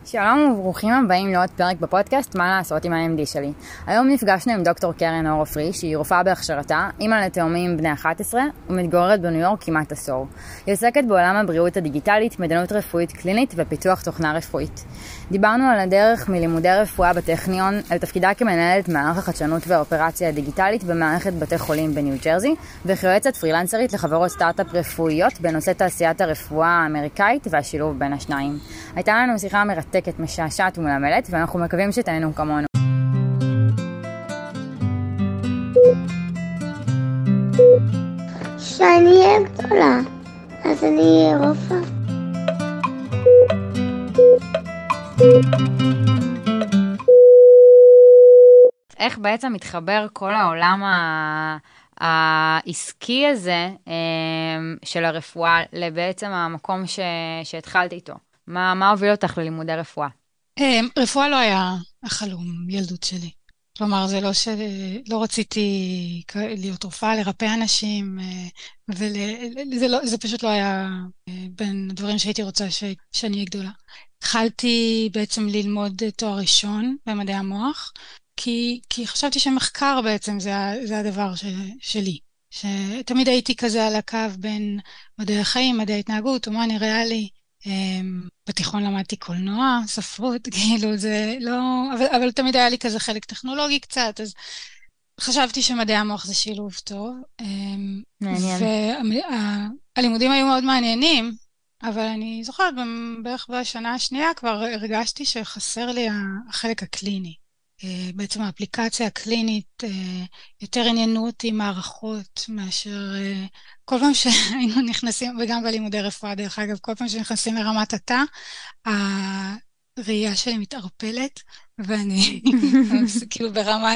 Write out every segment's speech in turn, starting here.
שלום וברוכים הבאים לעוד פרק בפודקאסט מה לעשות עם ה-MD שלי. היום נפגשנו עם דוקטור קרן אור עופרי, שהיא רופאה בהכשרתה, אימא לתאומים בני 11 ומתגוררת בניו יורק כמעט עשור. היא עוסקת בעולם הבריאות הדיגיטלית, מדענות רפואית קלינית ופיתוח תוכנה רפואית. דיברנו על הדרך מלימודי רפואה בטכניון, על תפקידה כמנהלת מערך החדשנות והאופרציה הדיגיטלית במערכת בתי חולים בניו ג'רזי, וכיועצת פרילנסרית לחברות סטארט-אפ רפואיות בנושא תעשיית הרפואה האמריקאית והשילוב בין השניים. הייתה לנו שיחה מרתקת, משעשעת ומלמלת, ואנחנו מקווים שתהנו כמונו. שאני אהיה גדולה, אז אני אהיה רופאה. איך בעצם מתחבר כל העולם העסקי הזה של הרפואה לבעצם המקום שהתחלת איתו? מה הוביל אותך ללימודי רפואה? רפואה לא היה החלום ילדות שלי. כלומר, זה לא שלא רציתי להיות רופאה, לרפא אנשים, זה פשוט לא היה בין הדברים שהייתי רוצה שאני אהיה גדולה. התחלתי בעצם ללמוד תואר ראשון במדעי המוח, כי חשבתי שמחקר בעצם זה הדבר שלי. שתמיד הייתי כזה על הקו בין מדעי החיים, מדעי ההתנהגות, הומני ריאלי. בתיכון למדתי קולנוע, ספרות, כאילו זה לא, אבל תמיד היה לי כזה חלק טכנולוגי קצת, אז חשבתי שמדעי המוח זה שילוב טוב. והלימודים היו מאוד מעניינים, אבל אני זוכרת, בערך בשנה השנייה כבר הרגשתי שחסר לי החלק הקליני. בעצם האפליקציה הקלינית יותר עניינו אותי מערכות מאשר כל פעם שהיינו נכנסים, וגם בלימודי רפואה דרך אגב, כל פעם שנכנסים לרמת התא, הראייה שלי מתערפלת, ואני כאילו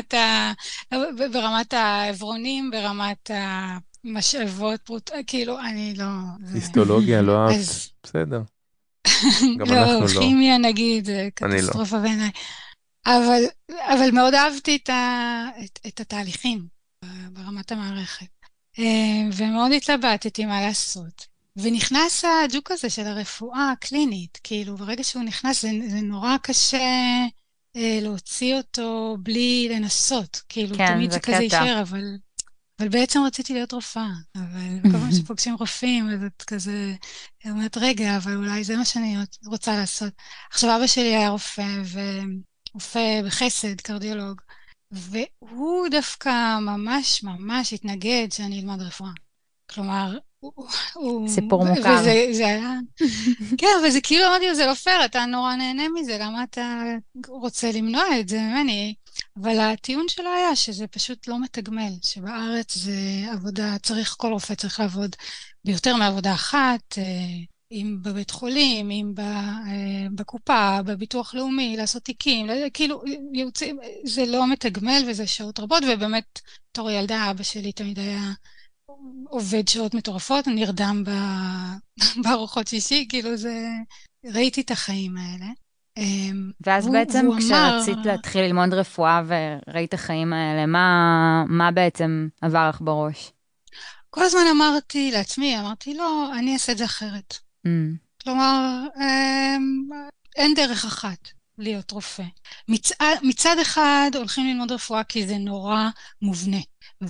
ברמת העברונים, ברמת המשאבות, כאילו אני לא... היסטולוגיה לא אהבת, בסדר. גם אנחנו לא. כימיה נגיד, קטסטרופה בעיניי. אבל מאוד אהבתי את התהליכים ברמת המערכת, ומאוד התלבטתי מה לעשות. ונכנס הג'וק הזה של הרפואה הקלינית, כאילו ברגע שהוא נכנס זה נורא קשה להוציא אותו בלי לנסות, כאילו כן, תמיד זה כזה יישאר, אבל בעצם רציתי להיות רופאה, אבל כל פעם שפוגשים רופאים, אז את כזה אומרת רגע, אבל אולי זה מה שאני רוצה לעשות. עכשיו אבא שלי היה רופא בחסד, קרדיולוג, והוא דווקא ממש ממש התנגד שאני אלמד רפואה. כלומר, סיפור מוכר. וזה היה... כן, וזה כאילו אמרתי, זה לא פייר, אתה נורא נהנה מזה, למה אתה רוצה למנוע את זה ממני? אבל הטיעון שלו היה שזה פשוט לא מתגמל, שבארץ זה עבודה, כל רופא צריך לעבוד ביותר מעבודה אחת, אם בבית חולים, אם בקופה, בביטוח לאומי, לעשות תיקים, כאילו, זה לא מתגמל וזה שעות רבות, ובאמת, תור ילדה, אבא שלי תמיד היה עובד שעות מטורפות, נרדם בארוחות שישי, כאילו זה, ראיתי את החיים האלה. ואז בעצם כשרצית להתחיל ללמוד רפואה וראית את החיים האלה, מה בעצם עבר לך בראש? כל הזמן אמרתי לעצמי, לא, אני אעשה את זה אחרת. כלומר, אין דרך אחת להיות רופא. מצד אחד הולכים ללמוד רפואה כי זה נורא מובנה,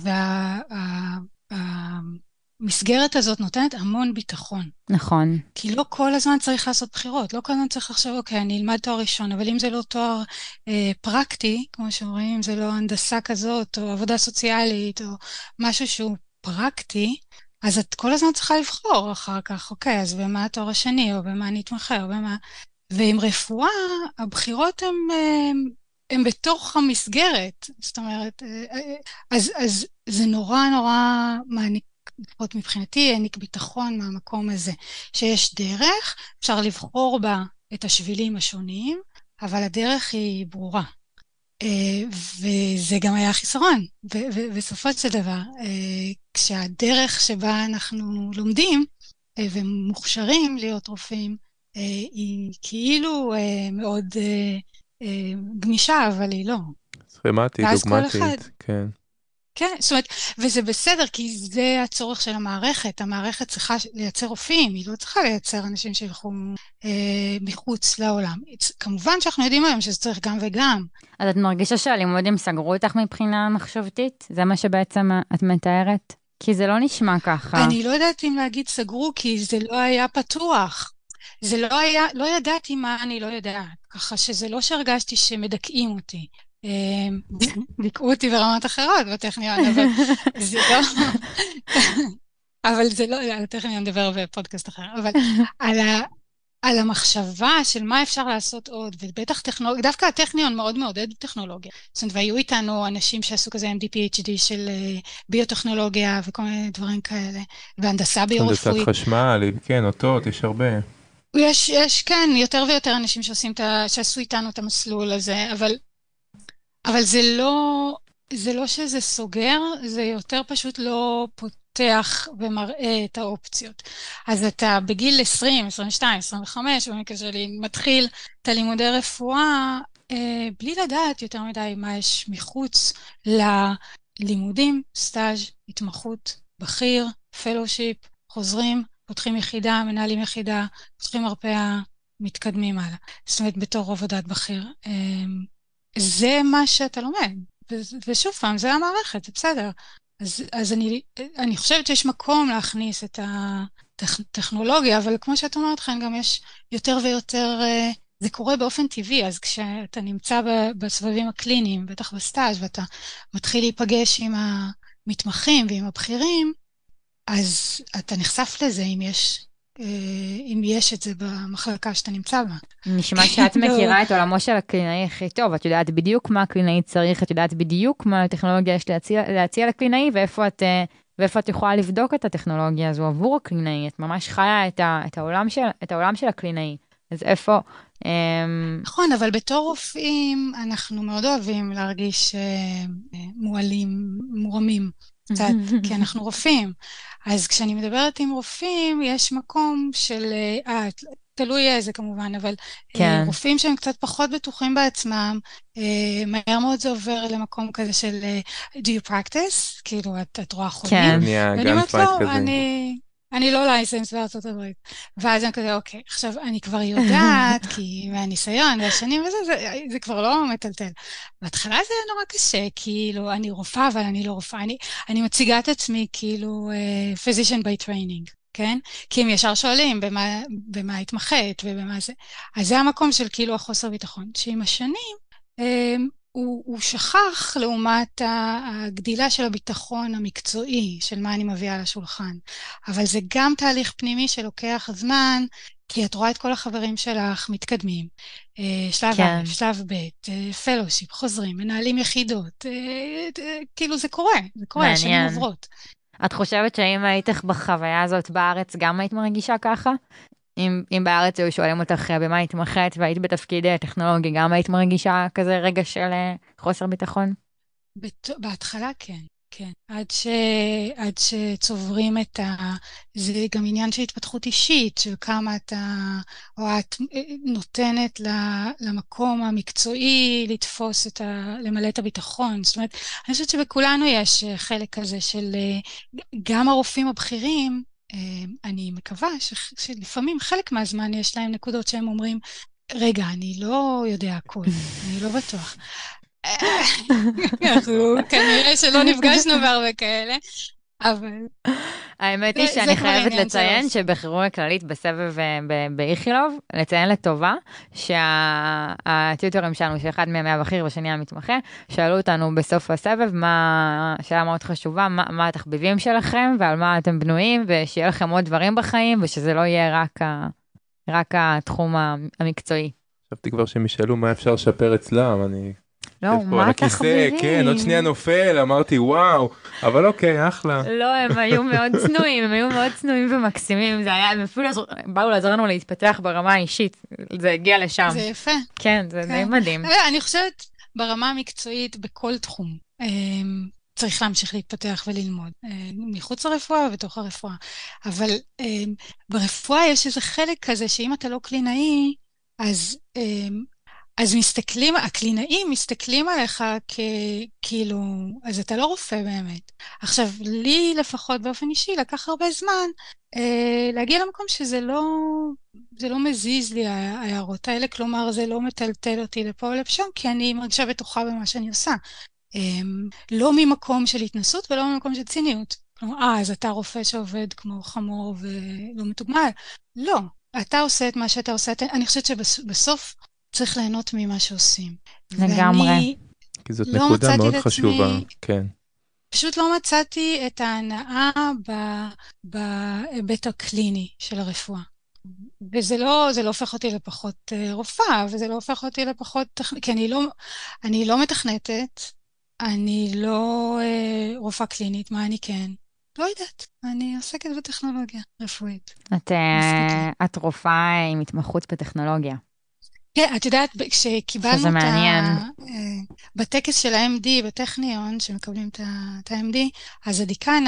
והמסגרת הזאת נותנת המון ביטחון. נכון. כי לא כל הזמן צריך לעשות בחירות, לא כל הזמן צריך לחשוב, אוקיי, אני אלמד תואר ראשון, אבל אם זה לא תואר פרקטי, כמו שאומרים, אם זה לא הנדסה כזאת, או עבודה סוציאלית, או משהו שהוא פרקטי, אז את כל הזמן צריכה לבחור אחר כך, אוקיי, אז במה התואר השני, או במה אני אתמחה, או במה... ועם רפואה, הבחירות הן בתוך המסגרת, זאת אומרת, אז זה נורא נורא מעניק, לפחות מבחינתי, העניק ביטחון מהמקום הזה, שיש דרך, אפשר לבחור בה את השבילים השונים, אבל הדרך היא ברורה. וזה גם היה חיסרון, בסופו של דבר, כשהדרך שבה אנחנו לומדים ומוכשרים להיות רופאים, היא כאילו מאוד גמישה, אבל היא לא. סכמטית, דוגמטית, כן. כן, זאת אומרת, וזה בסדר, כי זה הצורך של המערכת. המערכת צריכה לייצר רופאים, היא לא צריכה לייצר אנשים שילכו מחוץ לעולם. כמובן שאנחנו יודעים היום שזה צריך גם וגם. אז את מרגישה שהלימודים סגרו אותך מבחינה מחשבתית? זה מה שבעצם את מתארת? כי זה לא נשמע ככה. אני לא יודעת אם להגיד סגרו, כי זה לא היה פתוח. זה לא היה, לא ידעתי מה אני לא יודעת. ככה שזה לא שהרגשתי שמדכאים אותי. דיכאו אותי ברמות אחרות בטכניון, אבל זה לא... אבל זה לא, על הטכניון נדבר בפודקאסט אחר, אבל על המחשבה של מה אפשר לעשות עוד, ובטח טכנולוגיה, דווקא הטכניון מאוד מעודד טכנולוגיה. זאת אומרת, והיו איתנו אנשים שעשו כזה MD-PhD של ביוטכנולוגיה וכל מיני דברים כאלה, והנדסה ביו-רפואית. הנדסת חשמל, כן, אותות, יש הרבה. יש, כן, יותר ויותר אנשים שעשו איתנו את המסלול הזה, אבל זה לא שזה סוגר, זה יותר פשוט לא פותח ומראה את האופציות. אז אתה בגיל 20, 22, 25, במקרה שלי, מתחיל את הלימודי רפואה, בלי לדעת יותר מדי מה יש מחוץ ללימודים, סטאז', התמחות, בכיר, פלושיפ, חוזרים, פותחים יחידה, מנהלים יחידה, פותחים מרפאה, מתקדמים הלאה. זאת אומרת, בתור עבודת בכיר. זה מה שאתה לומד, ושוב פעם, זה המערכת, זה בסדר. אז אני חושבת שיש מקום להכניס את הטכנולוגיה, אבל כמו שאת אומרת, כאן גם יש יותר ויותר, זה קורה באופן טבעי, אז כשאתה נמצא בסבבים הקליניים, בטח בסטאז' ואתה מתחיל להיפגש עם המתמחים ועם הבכירים, אז אתה נחשף לזה אם יש את זה במחלקה שאתה נמצא בה. נשמע שאת מכירה את עולמו של הקלינאי הכי טוב, את יודעת בדיוק מה הקלינאי צריך, את יודעת בדיוק מה הטכנולוגיה יש להציע לקלינאי, ואיפה את יכולה לבדוק את הטכנולוגיה הזו עבור הקלינאי, את ממש חיה את העולם של הקלינאי, אז איפה... נכון, אבל בתור רופאים אנחנו מאוד אוהבים להרגיש מורמים קצת, כי אנחנו רופאים. אז כשאני מדברת עם רופאים, יש מקום של, תלוי איזה כמובן, אבל כן. רופאים שהם קצת פחות בטוחים בעצמם, מהר מאוד זה עובר למקום כזה של, do you practice? כאילו, את רואה חולים? כן. ואני אומרת לו, אני לא לייסנס בארצות הברית. ואז אני כזה, אוקיי, עכשיו אני כבר יודעת, כי מהניסיון והשנים וזה, זה כבר לא מטלטל. בהתחלה זה היה נורא קשה, כאילו, אני רופאה, אבל אני לא רופאה. אני מציגה את עצמי כאילו physician by training, כן? כי הם ישר שואלים במה התמחית ובמה זה. אז זה המקום של כאילו החוסר ביטחון, שעם השנים, הוא שכח לעומת הגדילה של הביטחון המקצועי, של מה אני מביאה לשולחן. אבל זה גם תהליך פנימי שלוקח זמן, כי את רואה את כל החברים שלך מתקדמים. שלב כן. א', שלב ב', פלושיפ, חוזרים, מנהלים יחידות. כאילו זה קורה, השנים עוברות. את חושבת שאם היית בחוויה הזאת בארץ, גם היית מרגישה ככה? אם בארץ היו שואלים אותך במה התמחית והיית בתפקיד טכנולוגי, גם היית מרגישה כזה רגע של חוסר ביטחון? בהתחלה כן, כן. עד שצוברים זה גם עניין של התפתחות אישית, של כמה או את נותנת למקום המקצועי לתפוס למלא את הביטחון. זאת אומרת, אני חושבת שבכולנו יש חלק כזה של גם הרופאים הבכירים, אני מקווה שלפעמים חלק מהזמן יש להם נקודות שהם אומרים, רגע, אני לא יודע הכל, אני לא בטוח. כנראה שלא נפגשנו בהרבה כאלה, אבל... האמת היא שאני חייבת לציין שבכירורגיה כללית בסבב באיכילוב, לציין לטובה שהטיוטורים שלנו, שאחד מהם היה בכיר ושני המתמחה, שאלו אותנו בסוף הסבב, שאלה מאוד חשובה, מה התחביבים שלכם ועל מה אתם בנויים, ושיהיה לכם עוד דברים בחיים, ושזה לא יהיה רק התחום המקצועי. חשבתי כבר שהם ישאלו מה אפשר לשפר אצלם, אני... לא, מה התחביבים? כן, עוד שנייה נופל, אמרתי וואו, אבל אוקיי, אחלה. לא, הם היו מאוד צנועים, ומקסימים, זה היה, הם אפילו באו לעזור לנו להתפתח ברמה האישית, זה הגיע לשם. זה יפה. כן, זה די מדהים. אני חושבת, ברמה המקצועית, בכל תחום, צריך להמשיך להתפתח וללמוד, מחוץ לרפואה ובתוך הרפואה. אבל ברפואה יש איזה חלק כזה, שאם אתה לא קלינאי, אז אז מסתכלים, הקלינאים מסתכלים עליך כאילו, אז אתה לא רופא באמת. עכשיו, לי לפחות באופן אישי לקח הרבה זמן להגיע למקום שזה לא מזיז לי ההערות האלה, כלומר זה לא מטלטל אותי לפה או לשם, כי אני מרגישה בטוחה במה שאני עושה. לא ממקום של התנסות ולא ממקום של ציניות. כלומר, אז אתה רופא שעובד כמו חמור ולא מתוגמל. לא, אתה עושה את מה שאתה עושה. אני חושבת שבסוף צריך ליהנות ממה שעושים. לגמרי. כי זאת לא נקודה מצאתי מאוד את חשובה, עצמי, כן. פשוט לא מצאתי את ההנאה בהיבט הקליני של הרפואה. וזה לא הופך אותי לפחות רופאה, וזה לא הופך אותי לפחות, כי אני לא מתכנתת, אני לא רופאה קלינית, מה אני כן? לא יודעת, אני עוסקת בטכנולוגיה רפואית. את רופאה עם התמחות בטכנולוגיה. כן, את יודעת, כשקיבלנו שזה מעניין. בטקס של ה-MD בטכניון, שמקבלים את ה-MD, אז הדיקן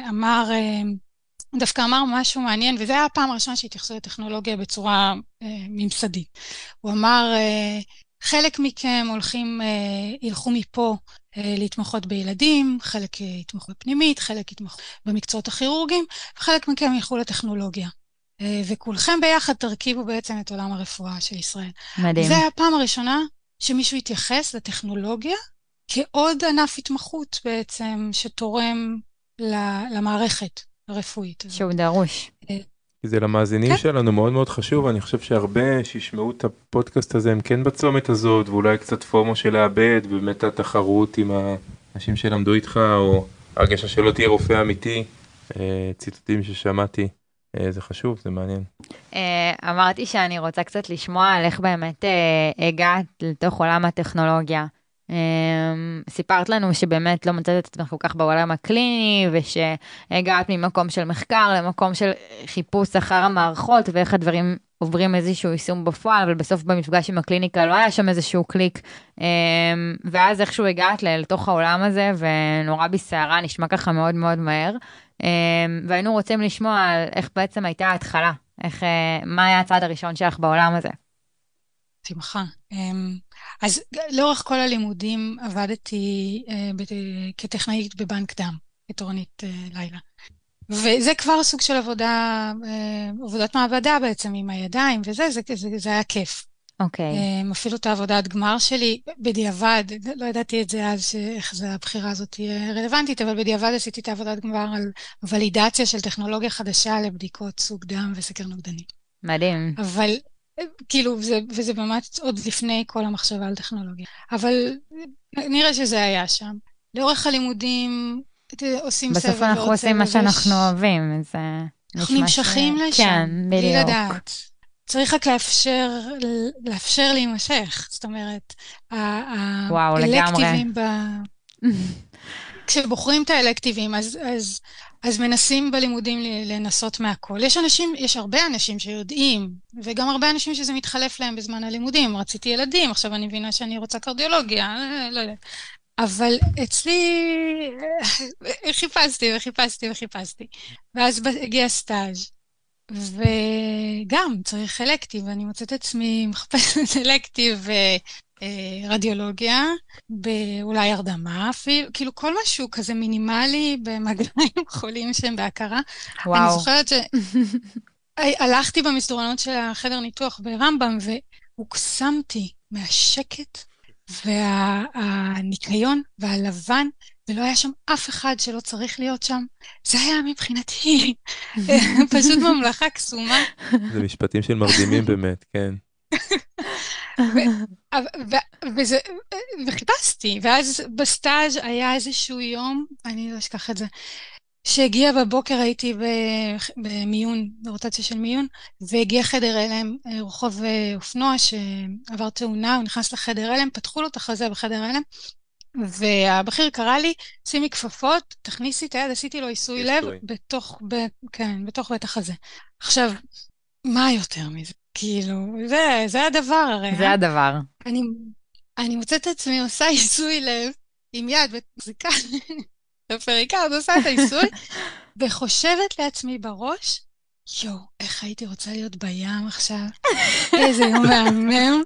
דווקא אמר משהו מעניין, וזה היה הפעם הראשונה שהתייחסו לטכנולוגיה בצורה ממסדית. הוא אמר, חלק מכם ילכו מפה להתמחות בילדים, חלק יתמחו בפנימית, חלק יתמחו במקצועות הכירורגיים, וחלק מכם ילכו לטכנולוגיה. וכולכם ביחד תרכיבו בעצם את עולם הרפואה של ישראל. מדהים. זה היה הפעם הראשונה שמישהו התייחס לטכנולוגיה כעוד ענף התמחות בעצם שתורם למערכת הרפואית. שהוא דרוש. כי זה למאזינים שלנו מאוד מאוד חשוב, אני חושב שהרבה שישמעו את הפודקאסט הזה הם כן בצומת הזאת, ואולי קצת פומו של לאבד, ובאמת התחרות עם האנשים שלמדו איתך, או הרגשה שלא תהיה רופא אמיתי, ציטוטים ששמעתי. זה חשוב, זה מעניין. אמרתי שאני רוצה קצת לשמוע על איך באמת הגעת לתוך עולם הטכנולוגיה. סיפרת לנו שבאמת לא מצאת את עצמך כל כך בעולם הקליני, ושהגעת ממקום של מחקר למקום של חיפוש אחר המערכות, ואיך הדברים עוברים איזשהו יישום בפועל, אבל בסוף במפגש עם הקליניקה לא היה שם איזשהו קליק, ואז איכשהו הגעת לתוך העולם הזה, ונורא בסערה, נשמע ככה מאוד מאוד מהר, והיינו רוצים לשמוע על איך בעצם הייתה ההתחלה, מה היה הצעד הראשון שלך בעולם הזה. שמחה. אז לאורך כל הלימודים עבדתי כטכנאית בבנק דם, כתורנית לילה. וזה כבר סוג של עבודת מעבדה בעצם עם הידיים, זה היה כיף. אוקיי. אפילו את העבודת גמר שלי, בדיעבד, לא ידעתי את זה אז, איך הבחירה הזאת תהיה רלוונטית, אבל בדיעבד עשיתי את העבודת גמר על ולידציה של טכנולוגיה חדשה לבדיקות סוג דם וסקר נוגדני. מדהים. אבל כאילו, וזה באמת עוד לפני כל המחשבה על טכנולוגיה. אבל נראה שזה היה שם. לאורך הלימודים עושים סבב. בסוף אנחנו עושים מה שאנחנו אוהבים. אנחנו נמשכים לשם. כן, בדיוק. בלי לדעת. צריך רק לאפשר להימשך. זאת אומרת, וואו, לגמרי. כשבוחרים את האלקטיבים, אז מנסים בלימודים לנסות מהכל. יש הרבה אנשים שיודעים, וגם הרבה אנשים שזה מתחלף להם בזמן הלימודים. רציתי ילדים, עכשיו אני מבינה שאני רוצה קרדיולוגיה, לא יודעת. אבל אצלי חיפשתי. ואז הגיע סטאז' וגם צריך אלקטיב, ואני מוצאת עצמי מחפשת אלקטיב רדיולוגיה, באולי הרדמה אפילו, כאילו כל משהו כזה מינימלי במגעים חולים שהם בהכרה. וואו. אני זוכרת שהלכתי במסדרונות של החדר ניתוח ברמב"ם, והוקסמתי מהשקט והניקיון והלבן, ולא היה שם אף אחד שלא צריך להיות שם. זה היה מבחינתי פשוט ממלכה קסומה. זה משפטים של מרדימים באמת, כן. וחיפשתי, ואז בסטאז' היה איזשהו יום, אני לא אשכח את זה, שהגיע בבוקר, הייתי במיון, ברוטציה של מיון, והגיע חדר אלם, רחוב אופנוע שעבר תאונה, הוא נכנס לחדר אלם, פתחו לו את החזה בחדר אלם, והבכיר קרא לי, שימי כפפות, תכניסי את היד, עשיתי לו עיסוי לב, בתוך בית החזה. עכשיו, מה יותר מזה? כאילו, זה הדבר הרי. זה הדבר. אני מוצאת את עצמי, עושה עיסוי לב, עם יד ומחזיקה, בפריקה, עוד עושה את העיסוי, וחושבת לעצמי בראש, יואו, איך הייתי רוצה להיות בים עכשיו? איזה יום מהמם.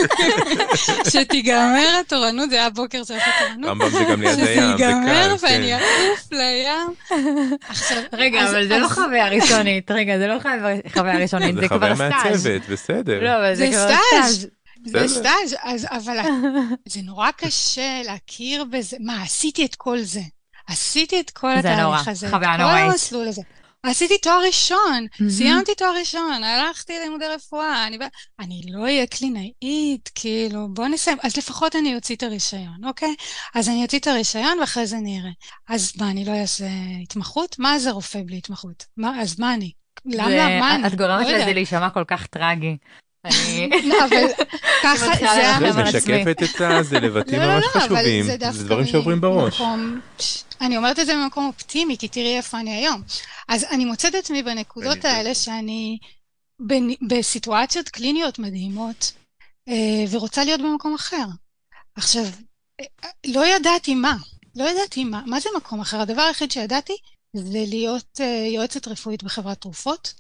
שתיגמר התורנות, זה היה בוקר של התורנות. רמב"ם זה גם ליד הים, זה שתיגמר קל, ואני כן. אעוף לים. עכשיו, רגע, אבל זה לא חוויה ראשונית. רגע, זה לא חוויה ראשונית, זה זה חוויה כבר סטאז'. מעצבת, בסדר. לא, אבל זה זה כבר סטאז'. סטאז'. זה סטאז', אבל זה נורא קשה להכיר בזה. מה, עשיתי את כל זה. עשיתי את כל זה נורא, התהליך הזה. חוויה את כל נוראית. המסלול הזה. עשיתי תואר ראשון, סיימתי תואר ראשון, הלכתי ללימודי רפואה, אני לא אהיה קלינאית, כאילו, בוא נסיים, אז לפחות אני אוציא את הרישיון, אוקיי? אז אני אוציא את הרישיון ואחרי זה נראה. אז מה, אני לא אעשה התמחות? מה זה רופא בלי התמחות? אז מה אני? למה? מה אני? את גורמת לא לזה יודעת. להישמע כל כך טרגי. לא, אבל ככה מתחילה זה לרחם על משקפת את זה לבתים לא, ממש אבל חשובים, זה דווקא זה דברים שעוברים בראש. אני אומרת את זה במקום אופטימי, כי תראי איפה אני היום. אז אני מוצאת את עצמי בנקודות האלה שאני בסיטואציות קליניות מדהימות, ורוצה להיות במקום אחר. עכשיו, לא ידעתי מה זה מקום אחר. הדבר היחיד שידעתי זה להיות יועצת רפואית בחברת תרופות,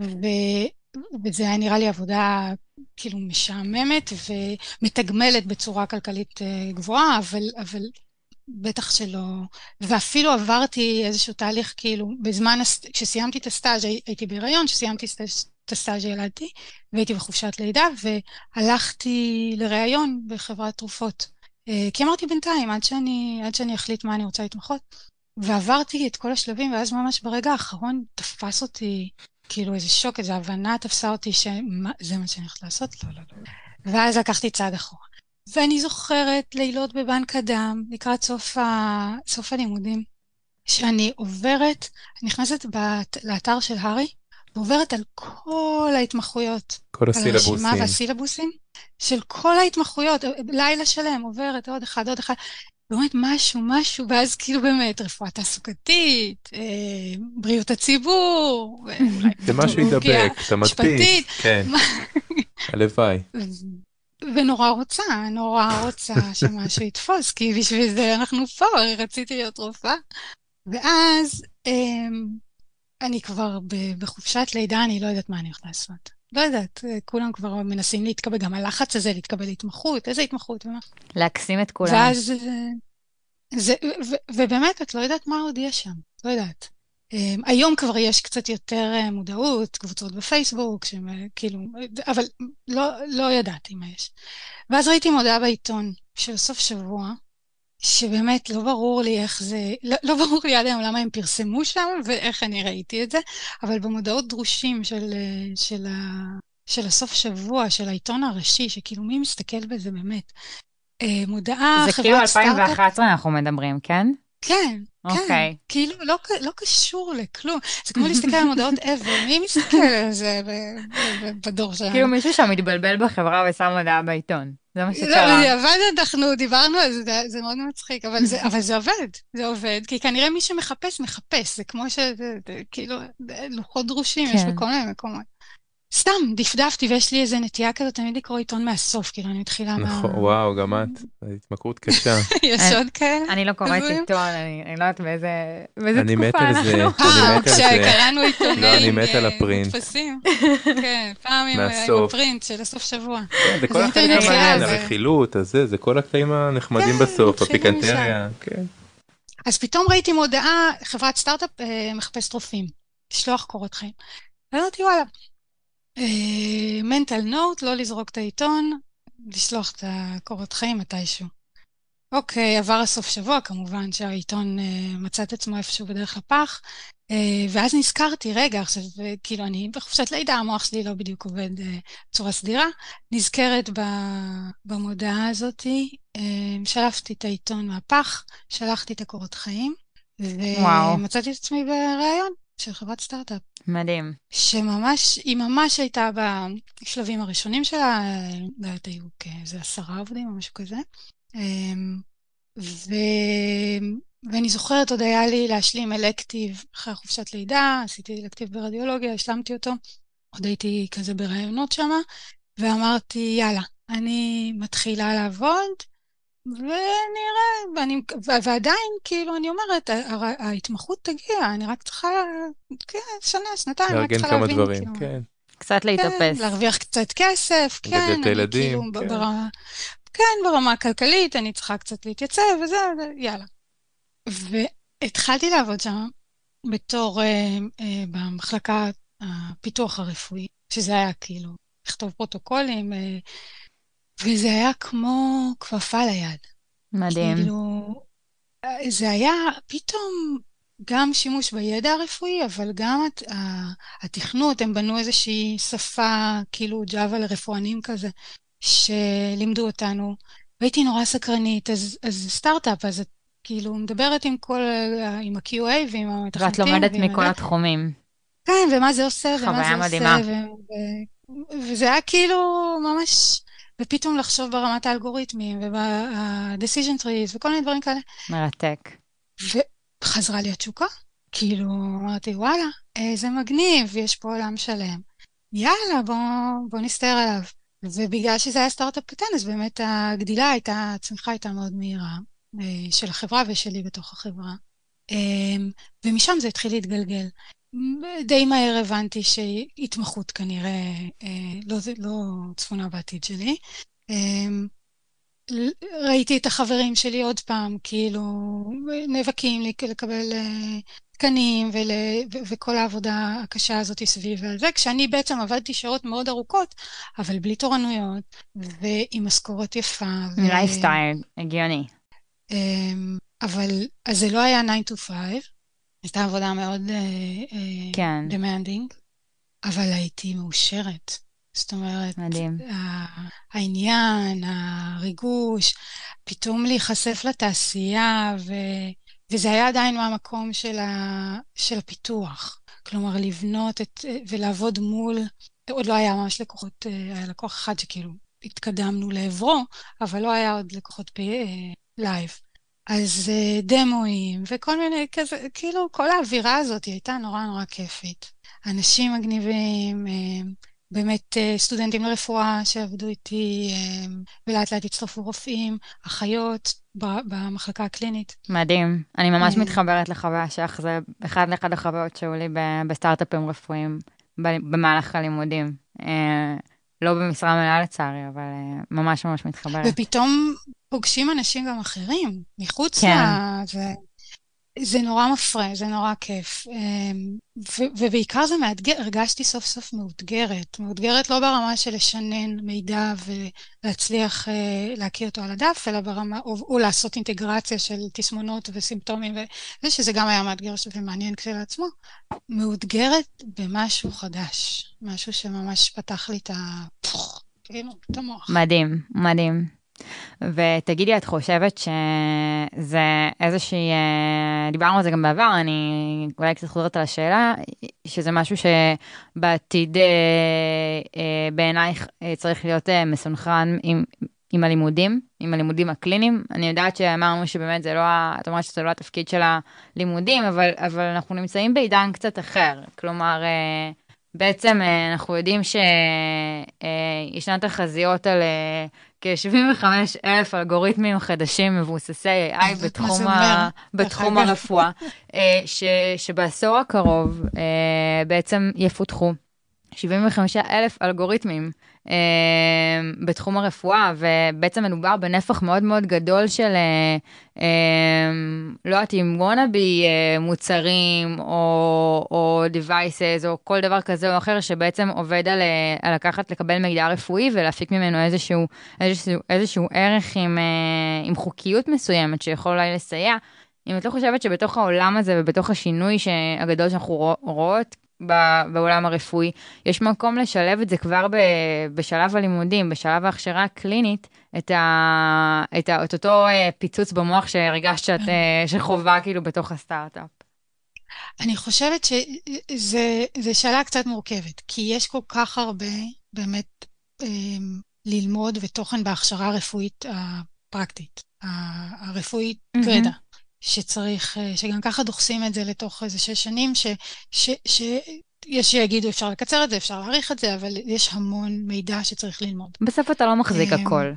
וזה היה נראה לי עבודה כאילו משעממת ומתגמלת בצורה כלכלית גבוהה, אבל בטח שלא, ואפילו עברתי איזשהו תהליך כאילו, כשסיימתי את הסטאז' הייתי בהיריון, כשסיימתי את הסטאז' ילדתי, והייתי בחופשת לידה, והלכתי לראיון בחברת תרופות. כי אמרתי בינתיים, עד שאני אחליט מה אני רוצה להתמחות, ועברתי את כל השלבים, ואז ממש ברגע האחרון תפס אותי, כאילו איזה שוק, איזו הבנה תפסה אותי שזה מה שאני הולכת לעשות, לא. ואז לקחתי צעד אחורה. ואני זוכרת לילות בבנק הדם, לקראת סוף הלימודים, שאני עוברת, נכנסת לאתר של הרי, ועוברת על כל ההתמחויות. כל על הרשימה הסילבוסים. והסילבוסים, של כל ההתמחויות, לילה שלם, עוברת עוד אחד. באמת משהו, ואז כאילו באמת רפואה תעסוקתית, בריאות הציבור, זה משהו ידבק, אתה מדפיס, כן, הלוואי. ונורא רוצה שמשהו יתפוס, כי בשביל זה אנחנו פה, רציתי להיות רופאה. ואז אני כבר בחופשת לידה, אני לא יודעת מה אני הולכת לעשות. לא יודעת, כולם כבר מנסים להתקבל, גם הלחץ הזה להתקבל להתמחות, איזה התמחות ומה. להקסים את כולם. ואז, ובאמת, את לא יודעת מה עוד יש שם, לא יודעת. היום כבר יש קצת יותר מודעות, קבוצות בפייסבוק, כאילו, אבל לא ידעתי מה יש. ואז ראיתי מודעה בעיתון של סוף שבוע, שבאמת לא ברור לי איך זה, לא ברור לי עד היום למה הם פרסמו שם ואיך אני ראיתי את זה, אבל במודעות דרושים של הסוף שבוע, של העיתון הראשי, שכאילו מי מסתכל בזה באמת. מודעה, זה כאילו 2011 אנחנו מדברים, כן? כן, אוקיי. כאילו לא קשור לכלום. זה כמו להסתכל על מודעות אבל, מי מסתכל על זה בדור שלנו? כאילו מישהו שם מתבלבל בחברה ושם מודעה בעיתון. זה מה שקרה. לא, בדיעבד אנחנו דיברנו על זה, זה מאוד מצחיק, אבל זה עובד, כי כנראה מי שמחפש, זה כמו כאילו לוחות דרושים, יש בכל מיני מקומות. סתם, דפדפתי, ויש לי איזה נטייה כזאת, תמיד לקרוא עיתון מהסוף, כאילו אני מתחילה נכון, וואו, גם את, התמכרות קשה. יש עוד כאלה? אני לא קוראת עיתון, אני לא יודעת באיזה אני מת תקופה על זה, אנחנו. אני מת על זה. כשקראנו עיתונים, לא, אני מת על הפרינט. מודפסים. כן, פעם עם הפרינט של הסוף שבוע. זה כל החלק המעניין, הרכילות, זה כל הקטעים הנחמדים בסוף, הפיקנטריה. אז פתאום ראיתי מודעה, חברת סטארט-אפ מחפשת רופאים, לשלוח קורות חיים. אמרתי, וואלה. מנטל נוט, לא לזרוק את העיתון, לשלוח את הקורות חיים מתישהו. אוקיי, עבר הסוף שבוע, כמובן שהעיתון מצא את עצמו איפשהו בדרך לפח, ואז נזכרתי, רגע, עכשיו, כאילו אני בחופשת לידה, המוח שלי לא בדיוק עובד בצורה סדירה, נזכרת במודעה הזאת, שלפתי את העיתון מהפח, שלחתי את הקורות חיים, ומצאתי את עצמי ברעיון של חברת סטארט-אפ. מדהים. היא ממש הייתה בשלבים הראשונים שלה, היו כאיזה 10 עובדים או משהו כזה. ואני זוכרת, עוד היה לי להשלים אלקטיב אחרי חופשת לידה, עשיתי אלקטיב ברדיולוגיה, השלמתי אותו, עוד הייתי כזה ברעיונות שמה, ואמרתי, יאללה, אני מתחילה לעבוד, ונראה, ועדיין, כאילו, אני אומרת, ההתמחות תגיע, אני רק צריכה, כן, שנה, שנתיים, רק לארגן צריכה כמה להבין, דברים, כאילו, כן. קצת כן, להתאפס. להרוויח קצת כסף, לגדל כן, את אני הילדים, כאילו, כן. כן, ברמה הכלכלית, אני צריכה קצת להתייצב, וזה, יאללה. והתחלתי לעבוד שם בתור, במחלקה הפיתוח הרפואי, שזה היה כאילו, לכתוב פרוטוקולים, וזה היה כמו כפפה ליד. מדהים. כאילו, זה היה פתאום גם שימוש בידע הרפואי, אבל גם התכנות, הם בנו איזושהי שפה, כאילו ג'אווה לרפואנים כזה, שלימדו אותנו. והייתי נורא סקרנית, אז סטארט-אפ, אז את כאילו מדברת עם ה-QA ועם ואת המתכנתים, לומדת ועם מכל התחומים. כן, ומה זה עושה, ומה חוויה זה עושה, מדהימה. וזה היה כאילו ממש, ופתאום לחשוב ברמת האלגוריתמים, וב-decision trees, וכל מיני דברים כאלה. מרתק. וחזרה לי התשוקה. כאילו, אמרתי, וואלה, איזה מגניב, יש פה עולם שלם. יאללה, בוא נסתר עליו. ובגלל שזה היה סטארט-אפ קטן, אז באמת הגדילה הייתה, הצמיחה הייתה מאוד מהירה, של החברה ושלי בתוך החברה. ומשם זה התחיל להתגלגל. די מהר הבנתי שהתמחות כנראה לא צפונה בעתיד שלי. ראיתי את החברים שלי עוד פעם, כאילו, נאבקים לי לקבל תקנים וכל העבודה הקשה הזאת סביב על זה, כשאני בעצם עבדתי שעות מאוד ארוכות, אבל בלי תורנויות, ועם משכורת יפה. לייפסטייל, הגיוני. אבל, אז זה לא היה 9 to 5, הייתה עבודה מאוד כן. demanding, אבל הייתי מאושרת. זאת אומרת, מדהים. העניין, הריגוש, פתאום להיחשף לתעשייה, וזה היה עדיין מהמקום של הפיתוח. כלומר, לבנות ולעבוד מול, עוד לא היה ממש לקוחות, היה לקוח אחד שכאילו התקדמנו לעברו, אבל לא היה עוד לקוחות לייב. אז דמואים וכל מיני כזה, כאילו כל האווירה הזאת היא הייתה נורא נורא כיפית. אנשים מגניבים, באמת סטודנטים לרפואה שעבדו איתי, ולאט לאט הצטרפו רופאים, אחיות במחלקה הקלינית. מדהים. אני ממש מתחברת לחוויה שלך, זה אחד לאחד החוויות שהיו לי בסטארט-אפים רפואיים במהלך הלימודים. לא במשרה מלאה לצערי, אבל ממש ממש מתחברת. ופתאום פוגשים אנשים גם אחרים, מחוץ כן. זה נורא מפרה, זה נורא כיף. ובעיקר זה מאתגר, הרגשתי סוף סוף מאותגרת. מאותגרת לא ברמה של לשנן מידע ולהצליח להכיר אותו על הדף, אלא ברמה, או לעשות אינטגרציה של תסמונות וסימפטומים, וזה שזה גם היה מאתגר ומעניין כשלעצמו. מאותגרת במשהו חדש, משהו שממש פתח לי את המוח. מדהים, מדהים. ותגידי, את חושבת שזה איזושהי, דיברנו על זה גם בעבר, אני אולי קצת חוזרת על השאלה, שזה משהו שבעתיד בעינייך צריך להיות מסונכרן עם הלימודים הקליניים. אני יודעת שאמרנו שבאמת זה לא, את אומרת שזה לא התפקיד של הלימודים, אבל אנחנו נמצאים בעידן קצת אחר. כלומר, בעצם אנחנו יודעים שישנן תחזיות על כ-75,000 אלגוריתמים חדשים מבוססי AI בתחום הרפואה, שבעשור הקרוב בעצם יפותחו 75,000 אלגוריתמים בתחום הרפואה, ובעצם מדובר בנפח מאוד מאוד גדול של, לא יודעת אם וונאבי מוצרים או devices או כל דבר כזה או אחר, שבעצם עובד על לקבל מידע רפואי ולהפיק ממנו איזשהו ערך עם חוקיות מסוימת שיכול אולי לסייע. אם את לא חושבת שבתוך העולם הזה ובתוך השינוי הגדול שאנחנו רואות, בעולם הרפואי, יש מקום לשלב את זה כבר בשלב הלימודים, בשלב ההכשרה הקלינית, את אותו פיצוץ במוח שהרגשת שחובה כאילו בתוך הסטארט-אפ. אני חושבת שזה שאלה קצת מורכבת, כי יש כל כך הרבה באמת ללמוד ותוכן בהכשרה הרפואית הפרקטית, הרפואית גרדה. שצריך, שגם ככה דוחסים את זה לתוך איזה 6 שנים, שיש שיגידו אפשר לקצר את זה, אפשר להאריך את זה, אבל יש המון מידע שצריך ללמוד. בסוף אתה לא מחזיק הכל.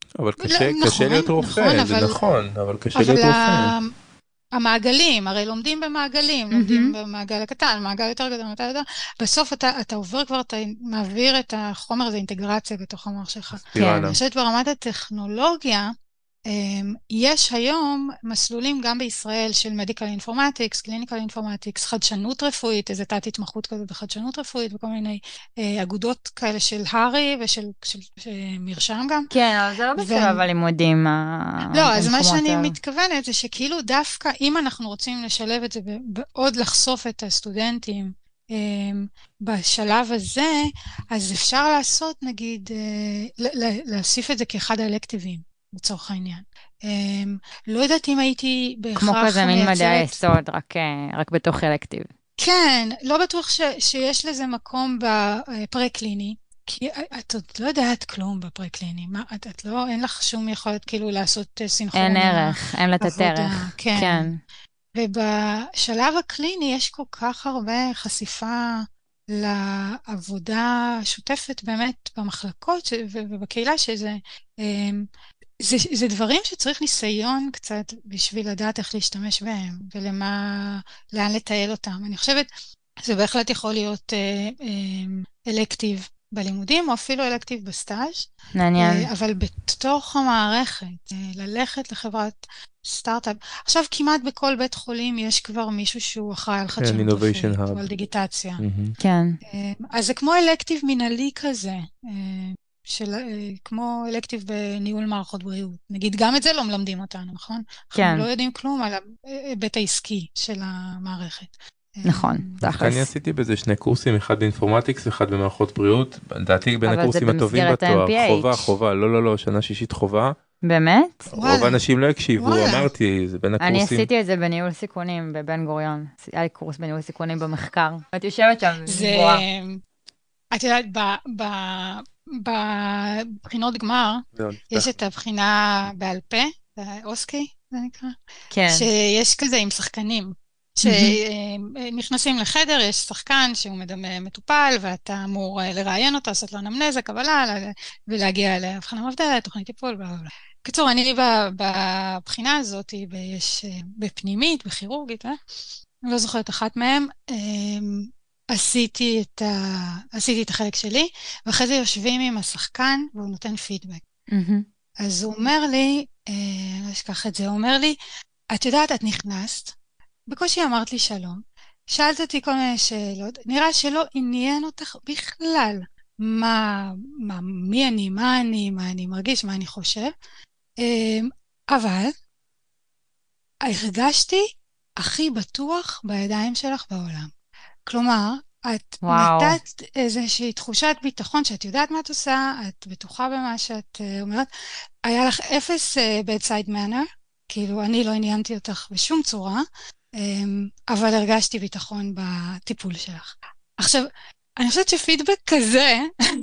אבל לא, קשה להיות רופא, נכון, זה נכון, אבל קשה אבל להיות רופא. המעגלים, הרי לומדים במעגלים, לומדים במעגל הקטן, מעגל יותר גדול, בסוף אתה עובר כבר, אתה מעביר את החומר הזה, אינטגרציה בתוך המוח שלך. ספירלה. אני חושבת ברמת הטכנולוגיה, יש היום מסלולים גם בישראל של Medical Informatics, Clinical Informatics, חדשנות רפואית, איזו תת התמחות כזאת בחדשנות רפואית, וכל מיני אגודות כאלה של הרי ושל מרשם גם. כן, אבל זה לא בסבב הלימודים. לא, אז מה שאני מתכוונת זה שכאילו דווקא אם אנחנו רוצים לשלב את זה ועוד לחשוף את הסטודנטים בשלב הזה, אז אפשר לעשות נגיד, להוסיף את זה כאחד האלקטיבים. לצורך העניין. לא יודעת אם הייתי בהכרח כמו כזה מין מדעי היסוד, רק בתוך אלקטיב. כן, לא בטוח שיש לזה מקום בפרה-קליני, כי את עוד לא יודעת כלום בפרה-קליני. את לא, אין לך שום יכולת כאילו לעשות סינכרוניה. אין ערך, אין לתת ערך. כן. ובשלב הקליני יש כל כך הרבה חשיפה לעבודה שוטפת באמת במחלקות ובקהילה שזה... זה דברים שצריך ניסיון קצת בשביל לדעת איך להשתמש בהם לאן לטייל אותם. אני חושבת, זה בהחלט יכול להיות אלקטיב בלימודים, או אפילו אלקטיב בסטאז'. מעניין. אבל בתוך המערכת, ללכת לחברת סטארט-אפ. עכשיו כמעט בכל בית חולים יש כבר מישהו שהוא אחראי על חדשנות רפואית, או על דיגיטציה. כן. אז זה כמו אלקטיב מנהלי כזה. כמו אלקטיב בניהול מערכות בריאות. נגיד, גם את זה לא מלמדים אותנו, נכון? כן. אנחנו לא יודעים כלום על ההיבט העסקי של המערכת. נכון, אני עשיתי בזה 2 קורסים, אחד באינפורמטיקס, אחד במערכות בריאות, לדעתי בין הקורסים הטובים בתואר, חובה, לא, שנה שישית חובה. באמת? רוב האנשים לא הקשיבו, אמרתי, זה בין הקורסים. אני עשיתי את זה בניהול סיכונים בבן גוריון, היה לי קורס בניהול סיכונים במחקר, ואת יושבת שם, גבוהה. את יודעת, בבחינות גמר, יש את הבחינה בעל פה, אוסקי, זה נקרא? כן. שיש כזה עם שחקנים, שנכנסים לחדר, יש שחקן שהוא מטופל, ואתה אמור לראיין אותו, לעשות לו אנמנזה, קבלה, ולהגיע להבחנה מבדלת, תוכנית טיפול, בלה. קיצור, אני בבחינה הזאת, בפנימית, בכירורגית, אני לא זוכרת אחת מהם, עשיתי את החלק שלי, ואחרי זה יושבים עם השחקן, והוא נותן פידבק. אז הוא אומר לי, לא אשכח את זה, הוא אומר לי, את יודעת, את נכנסת, בקושי אמרת לי שלום, שאלת אותי כל מיני שאלות, נראה שלא עניין אותך בכלל, מי אני, מה אני מרגיש, מה אני חושב, אבל הרגשתי הכי בטוח בידיים שלך בעולם. כלומר, את נתת איזושהי תחושת ביטחון שאת יודעת מה את עושה, את בטוחה במה שאת אומרת. היה לך אפס bedside manner, כאילו אני לא עניינתי אותך בשום צורה, אבל הרגשתי ביטחון בטיפול שלך. עכשיו, אני חושבת שפידבק כזה,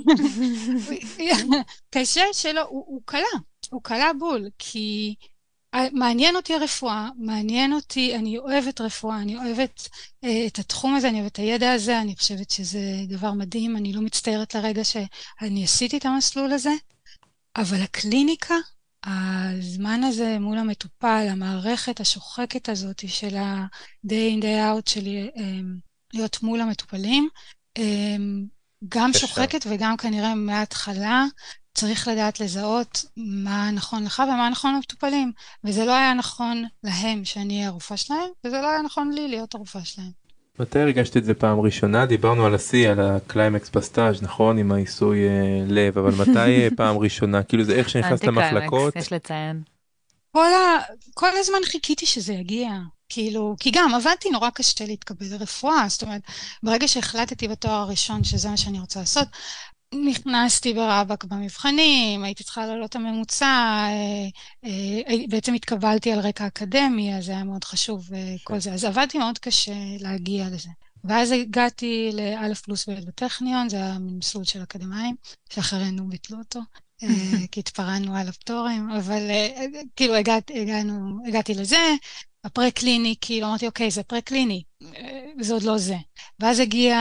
קשה שלא, הוא קלה בול, כי... מעניין אותי הרפואה, מעניין אותי, אני אוהבת רפואה, אני אוהבת את התחום הזה, אני אוהבת את הידע הזה, אני חושבת שזה דבר מדהים, אני לא מצטערת לרגע שאני עשיתי את המסלול הזה, אבל הקליניקה, הזמן הזה מול המטופל, המערכת השוחקת הזאת של ה-day in day out שלי, להיות מול המטופלים, גם שוחקת וגם כנראה מההתחלה, צריך לדעת לזהות מה נכון לך ומה נכון למטופלים. וזה לא היה נכון להם שאני אהיה הרופאה שלהם, וזה לא היה נכון לי להיות הרופאה שלהם. מתי הרגשת את זה פעם ראשונה? דיברנו על השיא, על הקליימקס בסטאז', נכון? עם העיסוי לב, אבל מתי פעם ראשונה? כאילו זה איך שנכנסת למחלקות? יש לציין. כל הזמן חיכיתי שזה יגיע. כאילו, כי גם עבדתי נורא קשה להתקבל לרפואה, זאת אומרת, ברגע שהחלטתי בתואר הראשון שזה מה שאני רוצה לעשות, נכנסתי ברבק במבחנים, הייתי צריכה לעלות הממוצע, בעצם התקבלתי על רקע אקדמי, אז זה היה מאוד חשוב כל זה. אז עבדתי מאוד קשה להגיע לזה. ואז הגעתי לאלף פלוס בטכניון, זה היה מסלול של אקדמיים, שאחרינו ביטלו אותו, כי התפרענו על הפטורים, אבל כאילו הגעתי לזה, הפרה-קליני, כאילו אמרתי, אוקיי, זה פרה-קליני, זה עוד לא זה. ואז הגיע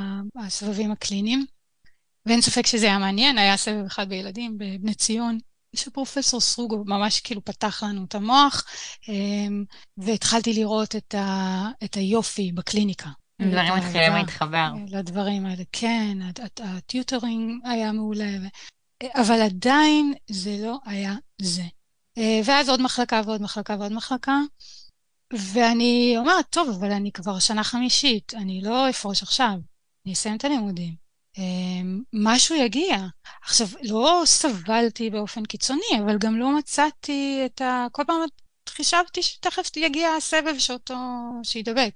הסבבים הקליניים, ואין ספק שזה היה מעניין, היה סבב אחד בילדים בבני ציון, שפרופסור סרוגו ממש כאילו פתח לנו את המוח, והתחלתי לראות את היופי בקליניקה. דברים מתחילים להתחבר. לדברים האלה, כן, הטיוטרינג היה מעולה, אבל עדיין זה לא היה זה. ואז עוד מחלקה ועוד מחלקה ועוד מחלקה, ואני אומרת, טוב, אבל אני כבר שנה חמישית, אני לא אפרוש עכשיו, אני אסיים את הלימודים. משהו יגיע. עכשיו, לא סבלתי באופן קיצוני, אבל גם לא מצאתי כל פעם חשבתי שתכף יגיע הסבב שידבק.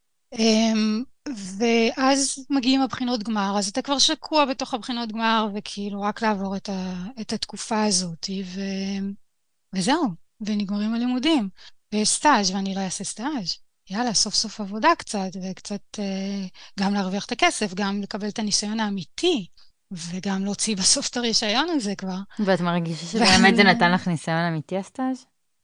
ואז מגיעים הבחינות גמר, אז אתה כבר שקוע בתוך הבחינות גמר, וכאילו רק לעבור את התקופה הזאת, וזהו, ונגמרים הלימודים. ויש סטאז' ואני לא אעשה סטאז'. יאללה, סוף סוף עבודה קצת, וקצת גם להרוויח את הכסף, גם לקבל את הניסיון האמיתי, וגם להוציא בסוף את הרישיון הזה כבר. ואת מרגישה שבאמת זה נתן לך ניסיון אמיתי הסטאז'?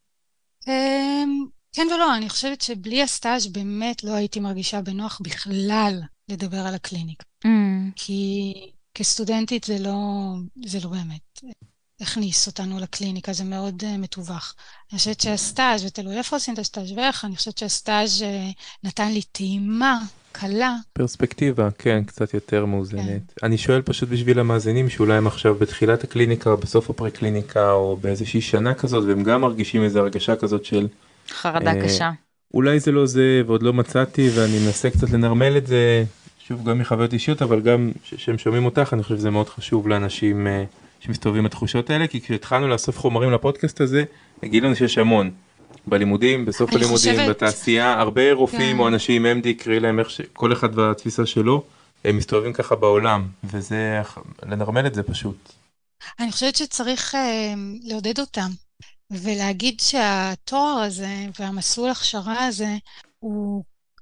כן ולא, אני חושבת שבלי הסטאז' באמת לא הייתי מרגישה בנוח בכלל לדבר על הקליניק. כי כסטודנטית זה לא באמת הכניס אותנו לקליניקה, זה מאוד מטווח. אני חושבת שהסטאז' ותלוי איפה עושים את הסטאז' ואיך, אני חושבת שהסטאז' נתן לי טעימה קלה. פרספקטיבה, כן, קצת יותר מאוזנת. אני שואל פשוט בשביל המאזינים שאולי הם עכשיו בתחילת הקליניקה או בסוף הפרה-קליניקה או באיזושהי שנה כזאת, והם גם מרגישים איזו הרגשה כזאת של חרדה קשה. אולי זה לא זה ועוד לא מצאתי, ואני מנסה קצת לנרמל את זה, שוב גם מחוויות אישיות, אבל גם שהם שומעים אותך, אני חושב שזה מאוד חשוב לאנשים שמסתובבים התחושות האלה, כי כשהתחלנו לאסוף חומרים לפודקאסט הזה, גילינו לנו שיש המון. בלימודים, בסוף הלימודים, בתעשייה, הרבה רופאים או אנשים, MD, קראי להם איך כל אחד והתפיסה שלו, הם מסתובבים ככה בעולם, וזה, לנרמל את זה פשוט. אני חושבת שצריך לעודד אותם, ולהגיד שהתואר הזה והמסלול הכשרה הזה הוא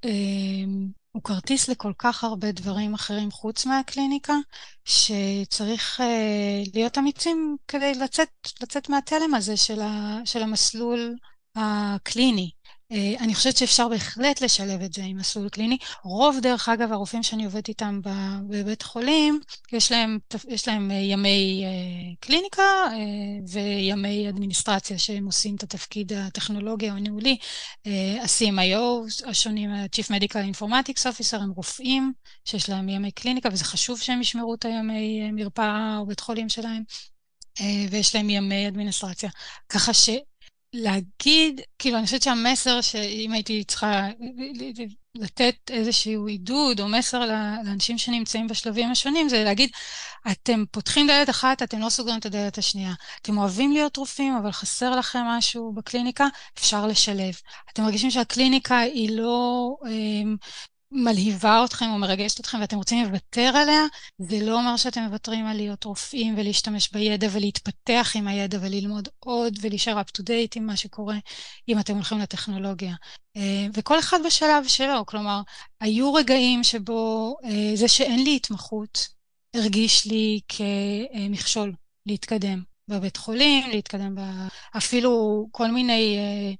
כרטיס לכל כך הרבה דברים אחרים חוץ מהקליניקה, שצריך להיות אמיצים כדי לצאת מהתלם הזה של המסלול הקליני. אני חושבת שאפשר בהחלט לשלב את זה עם מסלול קליני. רוב דרך אגב הרופאים שאני עובדת איתם בבית חולים, יש להם ימי קליניקה וימי אדמיניסטרציה שהם עושים את התפקיד הטכנולוגי או הניהולי. ה-CMIO השונים, ה-Chief Medical Informatics Officer, הם רופאים שיש להם ימי קליניקה, וזה חשוב שהם ישמרו את הימי מרפאה או בית חולים שלהם, ויש להם ימי אדמיניסטרציה. ככה להגיד, כאילו אני חושבת שהמסר שאם הייתי צריכה לתת איזשהו עידוד או מסר לאנשים שנמצאים בשלבים השונים, זה להגיד, אתם פותחים דלת אחת, אתם לא סוגרים את הדלת השנייה. אתם אוהבים להיות רופאים, אבל חסר לכם משהו בקליניקה, אפשר לשלב. אתם מרגישים שהקליניקה היא לא מלהיבה אתכם או מרגשת אתכם ואתם רוצים לוותר עליה, זה לא אומר שאתם מוותרים על להיות רופאים ולהשתמש בידע ולהתפתח עם הידע וללמוד עוד ולהישאר up to date עם מה שקורה אם אתם הולכים לטכנולוגיה. וכל אחד בשלב שלו, כלומר, היו רגעים שבו זה שאין לי התמחות הרגיש לי כמכשול להתקדם בבית חולים, להתקדם אפילו כל מיני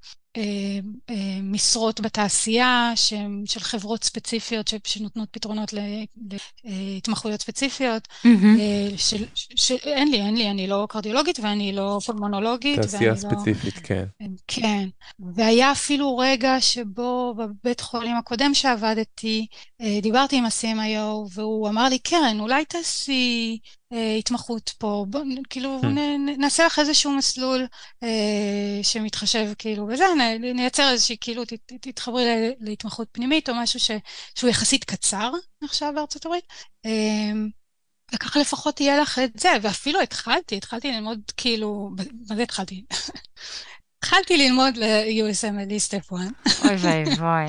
משרות בתעשייה של חברות ספציפיות שנותנות פתרונות להתמחויות ספציפיות. אין לי, אני לא קרדיולוגית ואני לא פולמונולוגית. תעשייה ספציפית, כן. כן, והיה אפילו רגע שבו בבית חולים הקודם שעבדתי, דיברתי עם ה-CMIO והוא אמר לי, קרן, אולי תעשי התמחות פה, כאילו נעשה לך איזשהו מסלול שמתחשב כאילו, וזה נייצר איזושהי כאילו, תתחברי להתמחות פנימית או משהו שהוא יחסית קצר עכשיו בארצות הברית, וככה לפחות יהיה לך את זה, ואפילו התחלתי ללמוד כאילו, מה זה התחלתי? התחלתי ללמוד ל-USMLE סטפ 1. אוי ואי ואי.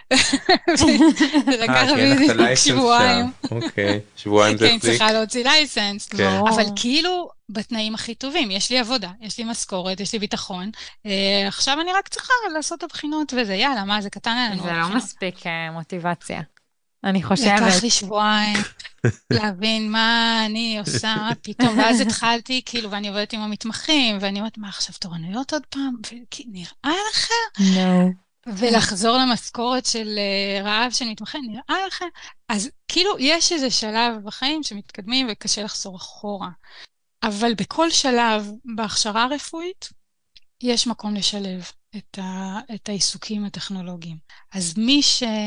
זה לקח בדיוק שבועיים. אוקיי, שבועיים זה כן, צריכה להוציא לייסנס. אבל כאילו בתנאים הכי טובים, יש לי עבודה, יש לי משכורת, יש לי ביטחון. עכשיו אני רק צריכה לעשות את הבחינות וזה, יאללה, מה זה קטן עלינו. זה לא מספיק מוטיבציה. אני חושבת. לקח לי שבועיים להבין מה אני עושה, מה פתאום, ואז התחלתי, כאילו, ואני עובדת עם המתמחים, ואני אומרת, מה עכשיו תורנויות עוד פעם? נראה לך? לא. ולחזור למשכורת של רעב של מתמחים, נראה לך? אז כאילו, יש איזה שלב בחיים שמתקדמים וקשה לחזור אחורה. אבל בכל שלב בהכשרה הרפואית, יש מקום לשלב את העיסוקים הטכנולוגיים. אז מי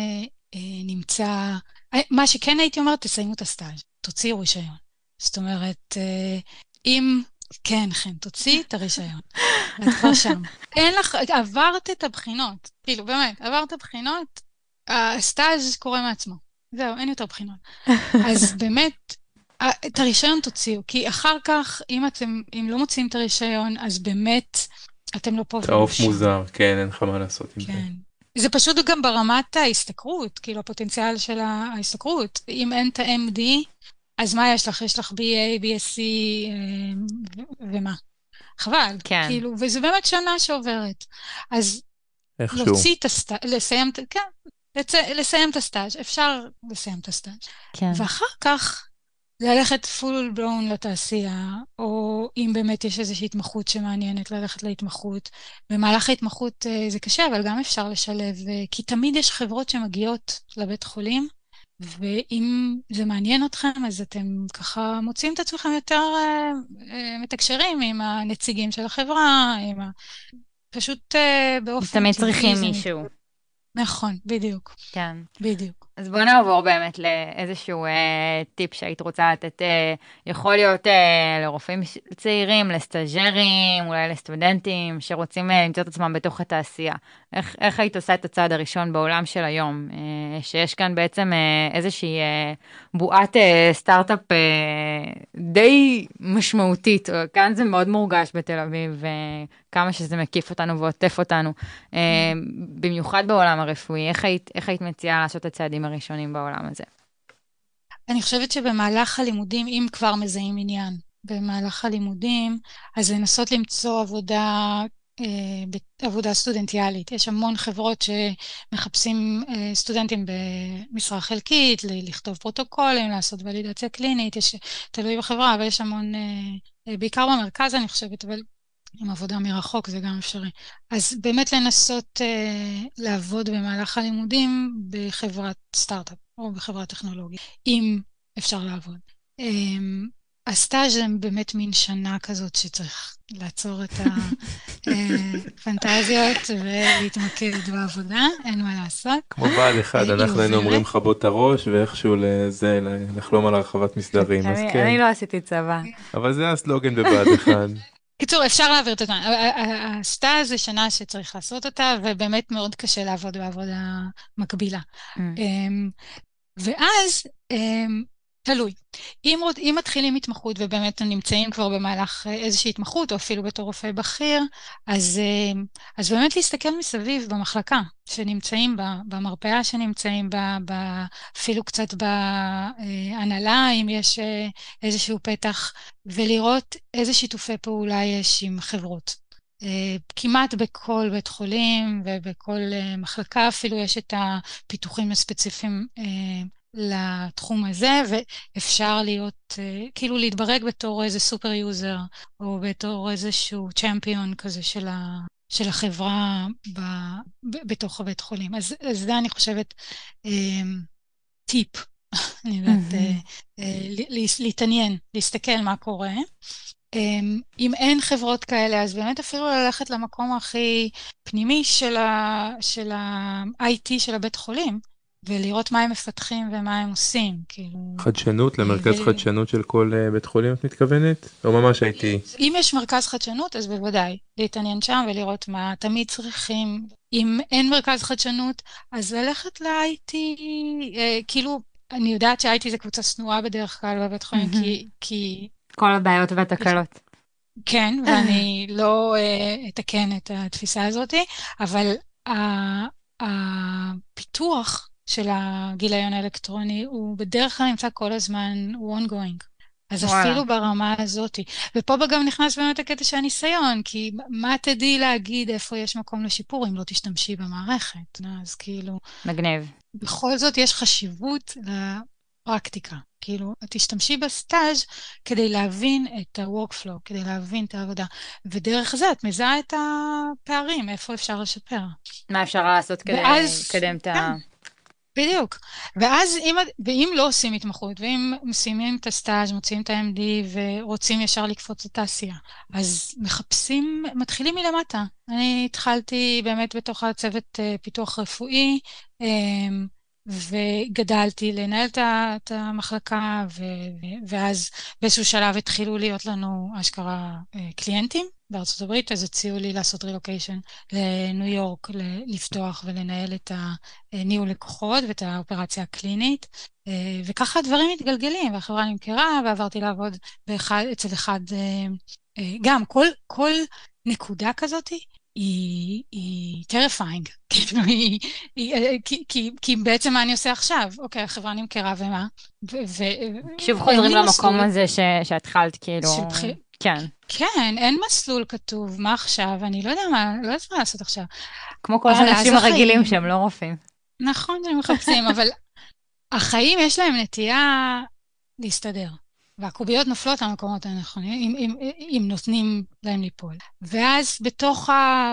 שנמצא, מה שכן הייתי אומרת, תסיימו את הסטאז', תוציאו רישיון. זאת אומרת, אם, כן, תוציא את הרישיון. את כבר שם. אין לך, עברת את הבחינות. כאילו, באמת, עברת בחינות, הסטאז' קורה מעצמו. זהו, אין יותר בחינות. אז באמת, את הרישיון תוציאו, כי אחר כך, אם לא מוציאים את הרישיון, אז באמת, אתם לא פה. תעוף מוזר, כן, אין לך מה לעשות עם זה. כן. זה פשוט גם ברמת ההסתכרות, כאילו הפוטנציאל של ההסתכרות. אם אין את ה-MD, אז מה יש לך? יש לך BA, BSc ומה? חבל. כן. כאילו, וזה באמת שנה שעוברת. אז איכשהו. להוציא את הסטאז', לסיים את הסטאז', אפשר לסיים את הסטאז'. כן. ואחר כך, ללכת full blown לתעשייה, או אם באמת יש איזושהי התמחות שמעניינת, ללכת להתמחות. במהלך ההתמחות זה קשה, אבל גם אפשר לשלב, כי תמיד יש חברות שמגיעות לבית חולים, ואם זה מעניין אתכם, אז אתם ככה מוצאים את עצמכם יותר מתקשרים עם הנציגים של החברה, פשוט באופן... תמיד צריכים מישהו. נכון, בדיוק. כן. בדיוק. אז בוא נעבור באמת לאיזשהו טיפ שהיית רוצה לתת, יכול להיות לרופאים צעירים, לסטאז'רים, אולי לסטודנטים שרוצים למצוא את עצמם בתוך התעשייה. איך היית עושה את הצעד הראשון בעולם של היום? שיש כאן בעצם איזושהי בועת סטארט-אפ די משמעותית, כאן זה מאוד מורגש בתל אביב, כמה שזה מקיף אותנו ועוטף אותנו, במיוחד בעולם הרפואי. איך היית מציעה לעשות את הצעדים הראשונים בעולם הזה? אני חושבת שבמהלך הלימודים, אם כבר מזהים עניין, במהלך הלימודים, אז לנסות למצוא עבודה סטודנטיאלית. יש המון חברות שמחפשים סטודנטים במשרה חלקית, לכתוב פרוטוקולים, לעשות ולידציה קלינית, תלוי בחברה, אבל יש המון, בעיקר במרכז אני חושבת, אבל עם עבודה מרחוק זה גם אפשרי. אז באמת לנסות לעבוד במהלך הלימודים בחברת סטארט-אפ או בחברת טכנולוגיה, אם אפשר לעבוד. הסטאז' זה באמת מין שנה כזאת שצריך לעצור את הפנטזיות ולהתמקד בעבודה, אין מה לעשות. כמו בעל אחד, אנחנו היינו אומרים לכבות את הראש ואיכשהו לזה, לחלום על הרחבת מסדרים, אז כן. אני לא עשיתי צבא. אבל זה הסלוגן בבעד אחד. קיצור, אפשר להעביר את הזמן. הסטאז' זה שנה שצריך לעשות אותה, ובאמת מאוד קשה לעבוד בעבודה מקבילה. ואז, תלוי. אם מתחילים התמחות, ובאמת נמצאים כבר במהלך איזושהי התמחות, או אפילו בתור רופא בכיר, אז באמת להסתכל מסביב במחלקה, שנמצאים במרפאה שנמצאים אפילו קצת בהנהלה, אם יש איזשהו פתח, ולראות איזה שיתופי פעולה יש עם חברות. כמעט בכל בית חולים ובכל מחלקה אפילו יש את הפיתוחים הספציפיים לתחום הזה, ואפשר להיות, כאילו להתברג בתור איזה סופר יוזר, או בתור איזשהו צ'מפיון כזה של החברה בתוך הבית חולים. אז זה אני חושבת טיפ, אני יודעת, להתעניין, להסתכל מה קורה. אם אין חברות כאלה, אז באמת אפילו ללכת למקום הכי פנימי של ה-IT של הבית חולים, ולראות מה הם מפתחים ומה הם עושים, כאילו... חדשנות, למרכז חדשנות של כל בית חולים את מתכוונת? או ממש IT? אם יש מרכז חדשנות, אז בוודאי, להתעניין שם ולראות מה תמיד צריכים. אם אין מרכז חדשנות, אז ללכת ל-IT, כאילו, אני יודעת ש-IT זה קבוצה שנואה בדרך כלל בבית חולים, כי... כל הבעיות והתקלות. כן, ואני לא אתקן את התפיסה הזאת, אבל הפיתוח של הגיליון האלקטרוני הוא בדרך כלל נמצא כל הזמן, הוא ongoing. אז אפילו ברמה הזאת. ופה גם נכנס באמת הקטע של הניסיון, כי מה תדעי להגיד איפה יש מקום לשיפור אם לא תשתמשי במערכת? אז כאילו... מגניב. בכל זאת יש חשיבות לפרקטיקה. כאילו, תשתמשי בסטאז' כדי להבין את ה-workflow, כדי להבין את העבודה. ודרך זה את מזהה את הפערים, איפה אפשר לשפר. מה אפשר לעשות כדי לקדם את ה... בדיוק. ואז ואם לא עושים התמחות, ואם מסיימים את הסטאז', מוציאים את ה-MD ורוצים ישר לקפוץ לתעשייה, אז מתחילים מלמטה. אני התחלתי באמת בתוך הצוות פיתוח רפואי, וגדלתי לנהל את המחלקה, ואז באיזשהו שלב התחילו להיות לנו אשכרה קליינטים בארצות הברית, אז הציעו לי לעשות רילוקיישן לניו יורק, לפתוח ולנהל את הניהול לקוחות ואת האופרציה הקלינית, וככה הדברים מתגלגלים, והחברה נמכרה, ועברתי לעבוד אצל אחד, גם כל נקודה כזאת היא terrifying, כי בעצם מה אני עושה עכשיו? אוקיי, החברה נמכרה ומה? שוב חוזרים למקום הזה שהתחלת כאילו, כן. כן, אין מסלול כתוב, מה עכשיו? אני לא יודעת מה לעשות עכשיו. כמו כל האנשים הרגילים שהם לא רופאים. נכון, שהם מחפשים, אבל החיים יש להם נטייה להסתדר. והקוביות נופלות למקומות הנכונים, אם נותנים להם ליפול. ואז בתוך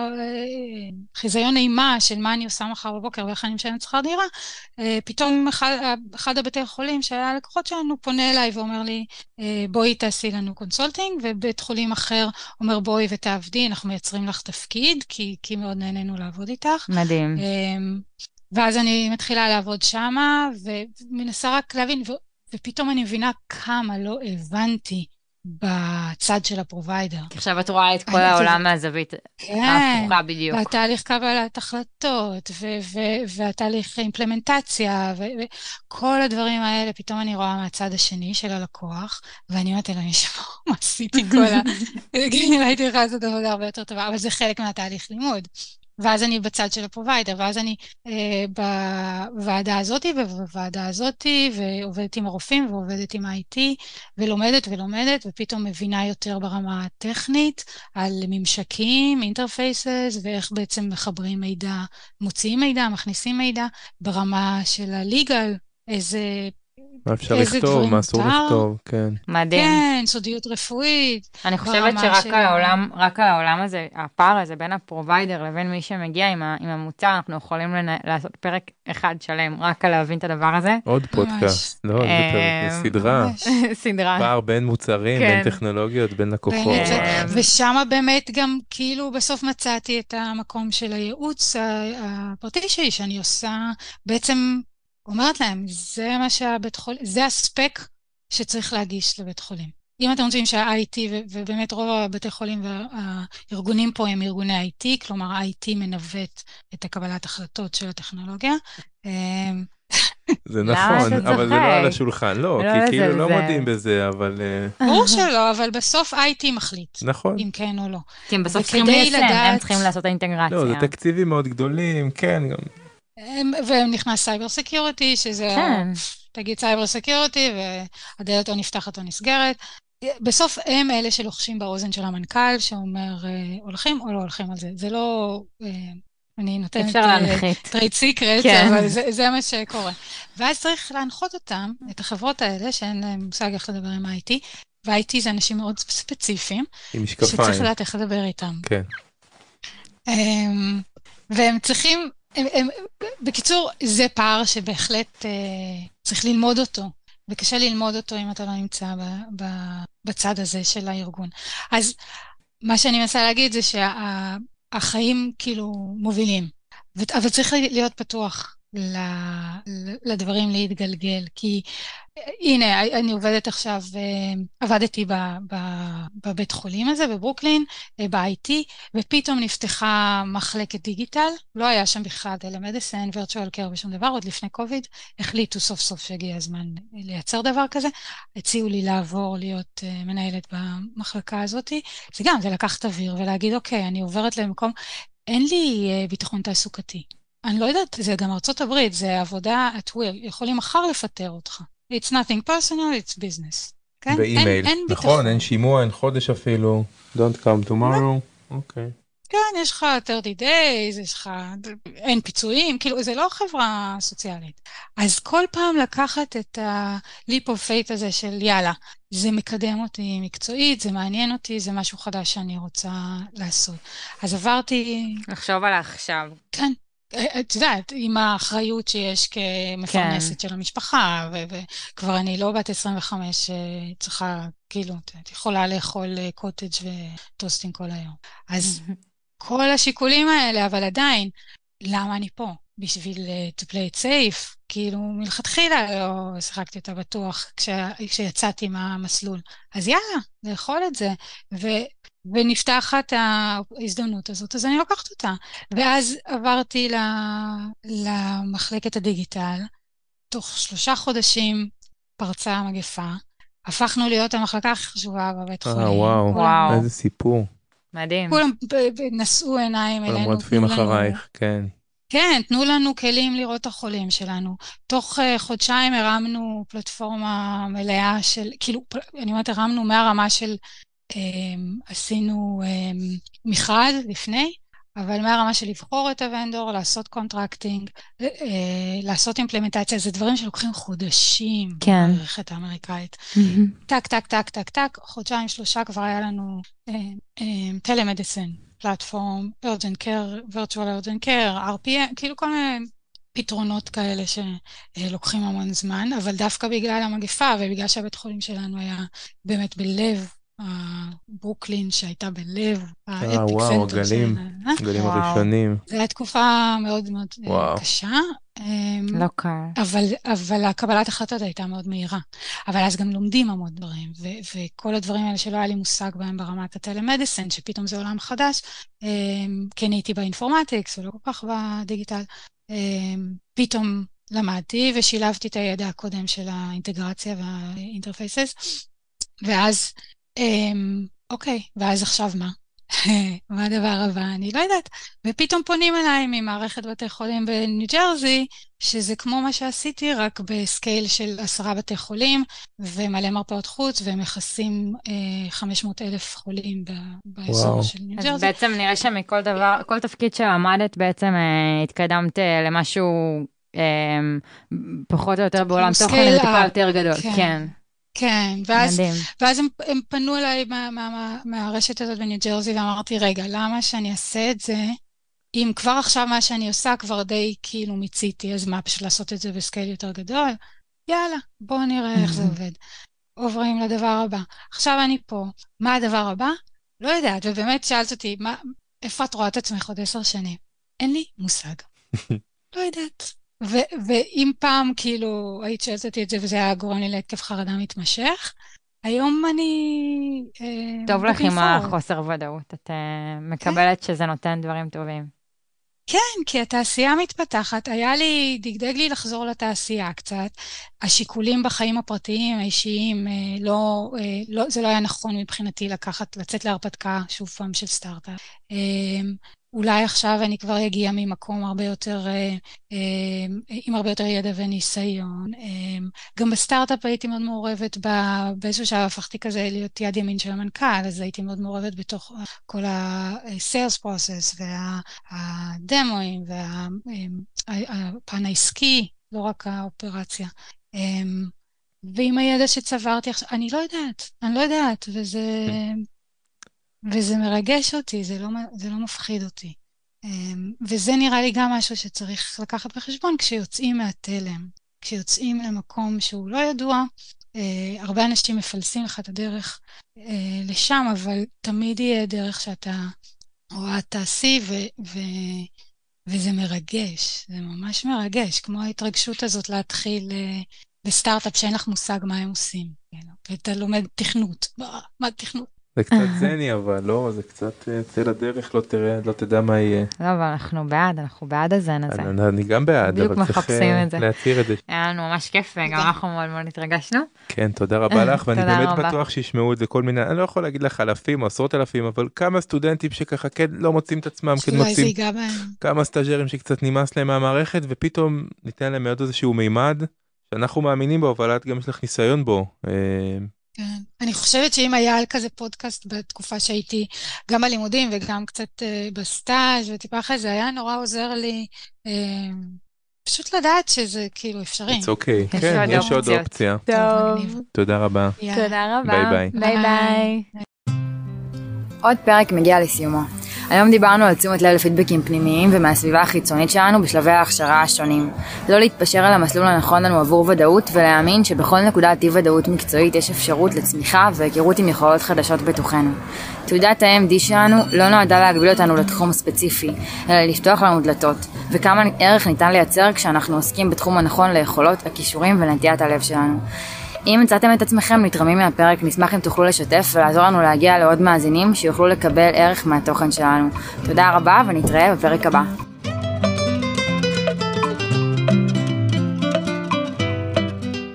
החיזיון אימה של מה אני עושה מחר בבוקר ואיך אני משלמת שכר דירה, פתאום אחד הבתי החולים שהיה לקוחות שלנו פונה אליי ואומר לי, בואי תעשי לנו קונסולטינג, ובית חולים אחר אומר בואי ותעבדי, אנחנו מייצרים לך תפקיד, כי מאוד נהנינו לעבוד איתך. מדהים. ואז אני מתחילה לעבוד שמה, ומנסה רק להבין, ופתאום אני מבינה כמה לא הבנתי בצד של הפרוביידר. עכשיו את רואה את כל העולם מהזווית ההפוכה בדיוק. והתהליך קבלת החלטות, והתהליך אימפלמנטציה, וכל הדברים האלה, פתאום אני רואה מהצד השני של הלקוח, ואני אומרת אלוהים שבו, מה עשיתי כל הייתי יכולה לעשות עבודה הרבה יותר טובה, אבל זה חלק מהתהליך לימוד. ואז אני בצד של הפרוביידר, ואז אני בוועדה הזאת ובוועדה הזאת, ועובדת עם הרופאים ועובדת עם IT, ולומדת, ופתאום מבינה יותר ברמה הטכנית, על ממשקים, אינטרפייסס, ואיך בעצם מחברים מידע, מוציאים מידע, מכניסים מידע, ברמה של הליגל, מה אפשר לכתוב, מה אסור לכתוב, כן. מדהים. כן, סודיות רפואית. אני חושבת שרק על העולם הזה, הפער הזה בין הפרוביידר לבין מי שמגיע עם המוצר, אנחנו יכולים לעשות פרק אחד שלם, רק על להבין את הדבר הזה. עוד פודקאסט, לא, זה פרק, סדרה. סדרה. פער בין מוצרים, בין טכנולוגיות, בין לקוחות. ושמה באמת גם כאילו בסוף מצאתי את המקום של הייעוץ הפרטי שלי, שאני עושה בעצם אומרת להם, זה מה שהבית חולים, זה הספק שצריך להגיש לבית חולים. אם אתם רוצים שה-IT, ובאמת רוב הבתי חולים והארגונים פה הם ארגוני IT, כלומר ה-IT מנווט את הקבלת החלטות של הטכנולוגיה. זה נכון, אבל זה לא על השולחן, לא, כי כאילו לא מודים בזה, אבל... ברור שלא, אבל בסוף IT מחליט. נכון. אם כן או לא. כי הם בסוף צריכים ליישם, הם צריכים לעשות האינטגרציה. לא, זה תקציבים מאוד גדולים, כן, גם... והם נכנס סייבר סקיוריטי, שזה, תגיד סייבר סקיוריטי, והדלת או נפתחת או נסגרת. בסוף הם אלה שלוחשים באוזן של המנכ"ל, שאומר, הולכים או לא הולכים על זה. זה לא, אני נותנת טרייד סיקרט, אבל זה מה שקורה. ואז צריך להנחות אותם, את החברות האלה, שאין להם מושג איך לדבר עם IT, ו-IT זה אנשים מאוד ספציפיים, עם משקפיים. שצריך לדעת איך לדבר איתם. כן. והם צריכים, בקיצור, זה פער שבהחלט צריך ללמוד אותו, וקשה ללמוד אותו אם אתה לא נמצא בצד הזה של הארגון. אז מה שאני מנסה להגיד זה שהחיים כאילו מובילים, אבל צריך להיות פתוח לדברים להתגלגל, כי הנה, אני עובדת עכשיו, עבדתי בבית חולים הזה, בברוקלין, ב-IT, ופתאום נפתחה מחלקת דיגיטל, לא היה שם בכלל טלמדיסין, וירטואל קר ושום דבר, עוד לפני קוביד, החליטו סוף סוף שהגיע הזמן לייצר דבר כזה, הציעו לי לעבור להיות מנהלת במחלקה הזאת, זה גם, זה לקחת אוויר ולהגיד, אוקיי, אני עוברת למקום, אין לי ביטחון תעסוקתי. אני לא יודעת, זה גם ארצות הברית, זה עבודה at will, יכולים מחר לפטר אותך. It's nothing personal, it's business. באימייל, נכון, אין שימוע, אין חודש אפילו, don't come tomorrow, אוקיי. כן, יש לך 30 days, יש לך, אין פיצויים, כאילו, זה לא חברה סוציאלית. אז כל פעם לקחת את ה-leap of faith הזה של יאללה, זה מקדם אותי מקצועית, זה מעניין אותי, זה משהו חדש שאני רוצה לעשות. אז עברתי... לחשוב על עכשיו. כן. את יודעת, עם האחריות שיש כמפרנסת של המשפחה, וכבר אני לא בת 25, צריכה, כאילו, את יכולה לאכול קוטג' וטוסטים כל היום. אז כל השיקולים האלה, אבל עדיין, למה אני פה? בשביל to play it safe, כאילו מלכתחילה לא שחקתי אותה בטוח כשיצאתי מהמסלול. אז יאללה, לאכול את זה, ונפתחת ההזדמנות הזאת, אז אני לוקחת אותה. ואז עברתי למחלקת הדיגיטל, תוך 3 חודשים פרצה המגפה, הפכנו להיות המחלקה הכי חשובה בבית חולים. וואו, איזה סיפור. מדהים. כולם נשאו עיניים אלינו. כולם רודפים אחרייך, כן. כן, תנו לנו כלים לראות את החולים שלנו. תוך חודשיים הרמנו פלטפורמה מלאה של, כאילו, אני אומרת, הרמנו מהרמה של, עשינו מכרז לפני, אבל מהרמה של לבחור את הוונדור, לעשות קונטרקטינג, לעשות אימפלמנטציה, זה דברים שלוקחים חודשים. כן. במערכת האמריקאית. טק, טק, טק, טק, טק, 2-3 כבר היה לנו טלמדיסין. פלטפורם, urgent care, virtual urgent care, RPM, כאילו כל מיני פתרונות כאלה שלוקחים המון זמן, אבל דווקא בגלל המגפה ובגלל שהבית חולים שלנו היה באמת בלב ברוקלין, שהייתה בלב האפיצנטר שלנו. גלים הראשונים. זו הייתה תקופה מאוד מאוד קשה. לא קל. אבל הקבלת החלטות הייתה מאוד מהירה. אבל אז גם לומדים המון דברים, וכל הדברים האלה שלא היה לי מושג בהם ברמת הטלמדיסין, שפתאום זה עולם חדש, כן הייתי באינפורמטיקס, ולא כל כך בדיגיטל, פתאום למדתי ושילבתי את הידע הקודם של האינטגרציה והאינטרפייסס, ואז, אוקיי, ואז עכשיו מה? מה הדבר הבא? אני לא יודעת. ופתאום פונים אליי ממערכת בתי חולים בניו ג'רזי, שזה כמו מה שעשיתי, רק בסקייל של 10 בתי חולים, ומלא מרפאות חוץ, ומכסים 500,000 חולים באזור של ניו ג'רזי. אז בעצם נראה שמכל דבר, כל תפקיד שלמדת בעצם התקדמת למשהו פחות או יותר בעולם תוכן, טיפה יותר גדול. כן. כן, ואז הם פנו אליי מהרשת הזאת בניו ג'רזי, ואמרתי, רגע, למה שאני אעשה את זה, אם כבר עכשיו מה שאני עושה כבר די כאילו מיציתי, אז מה, פשוט לעשות את זה בסקייל יותר גדול? יאללה, בואו נראה איך זה עובד. עוברים לדבר הבא. עכשיו אני פה, מה הדבר הבא? לא יודעת, ובאמת שאלת אותי, איפה את רואה את עצמך עוד 10 שנים? אין לי מושג. לא יודעת. ואם פעם כאילו היית שואלת אותי את זה וזה היה גורם לי להתקף חרדה מתמשך, היום אני... טוב לך עם החוסר ודאות, את מקבלת שזה נותן דברים טובים. כן, כי התעשייה מתפתחת, דגדג לי לחזור לתעשייה קצת, השיקולים בחיים הפרטיים, האישיים, זה לא היה נכון מבחינתי לצאת להרפתקה שוב פעם של סטארט-אפ. אולי עכשיו אני כבר אגיע ממקום הרבה יותר, עם הרבה יותר ידע וניסיון. גם בסטארט-אפ הייתי מאוד מעורבת, באיזשהו שעה הפכתי כזה להיות יד ימין של המנכ"ל, אז הייתי מאוד מעורבת בתוך כל ה-sales process והדמואים והפן העסקי, לא רק האופרציה. ועם הידע שצברתי עכשיו, אני לא יודעת, וזה מרגש אותי, זה לא מפחיד אותי. וזה נראה לי גם משהו שצריך לקחת בחשבון כשיוצאים מהתלם, כשיוצאים למקום שהוא לא ידוע, הרבה אנשים מפלסים לך את הדרך לשם, אבל תמיד יהיה דרך שאתה רואה תעשי, וזה מרגש, זה ממש מרגש, כמו ההתרגשות הזאת להתחיל בסטארט-אפ שאין לך מושג מה הם עושים, ואתה לומד תכנות, מה תכנות? זה קצת זני, אבל לא, זה קצת צא לדרך, לא תדע מה יהיה. לא, אבל אנחנו בעד הזן הזה. אני גם בעד, אבל צריך להצהיר את זה. היה לנו ממש כיף, וגם אנחנו מאוד מאוד התרגשנו. כן, תודה רבה לך, ואני באמת בטוח שישמעו את זה כל מיני, אני לא יכול להגיד לך אלפים או 10,000, אבל כמה סטודנטים שככה כן לא מוצאים את עצמם, כן מוצאים כמה סטאג'רים שקצת נמאס להם מהמערכת, ופתאום ניתן להם עוד איזשהו מימד, שאנחנו מאמינים בו, אבל את גם יש לך ניסיון בו. כן. אני חושבת שאם היה כזה פודקאסט בתקופה שהייתי גם בלימודים וגם קצת בסטאז' וטיפה אחרי זה, היה נורא עוזר לי פשוט לדעת שזה כאילו אפשרי. It's okay. כן, יש עוד אופציה. טוב. תודה רבה. תודה רבה. ביי ביי. ביי ביי. עוד פרק מגיע לסיומו. היום דיברנו על תשומת לב לפידבקים פנימיים ומהסביבה החיצונית שלנו בשלבי ההכשרה השונים. לא להתפשר על המסלול הנכון לנו עבור ודאות ולהאמין שבכל נקודת אי ודאות מקצועית יש אפשרות לצמיחה והיכרות עם יכולות חדשות בתוכנו. תעודת ה-MD שלנו לא נועדה להגביל אותנו לתחום ספציפי, אלא לפתוח לנו דלתות, וכמה ערך ניתן לייצר כשאנחנו עוסקים בתחום הנכון ליכולות, הכישורים ונטיית הלב שלנו. אם מצאתם את עצמכם נתרמים מהפרק, נשמח אם תוכלו לשתף ולעזור לנו להגיע לעוד מאזינים שיוכלו לקבל ערך מהתוכן שלנו. תודה רבה ונתראה בפרק הבא.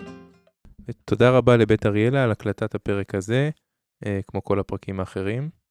תודה רבה לבית אריאלה על הקלטת הפרק הזה, כמו כל הפרקים האחרים.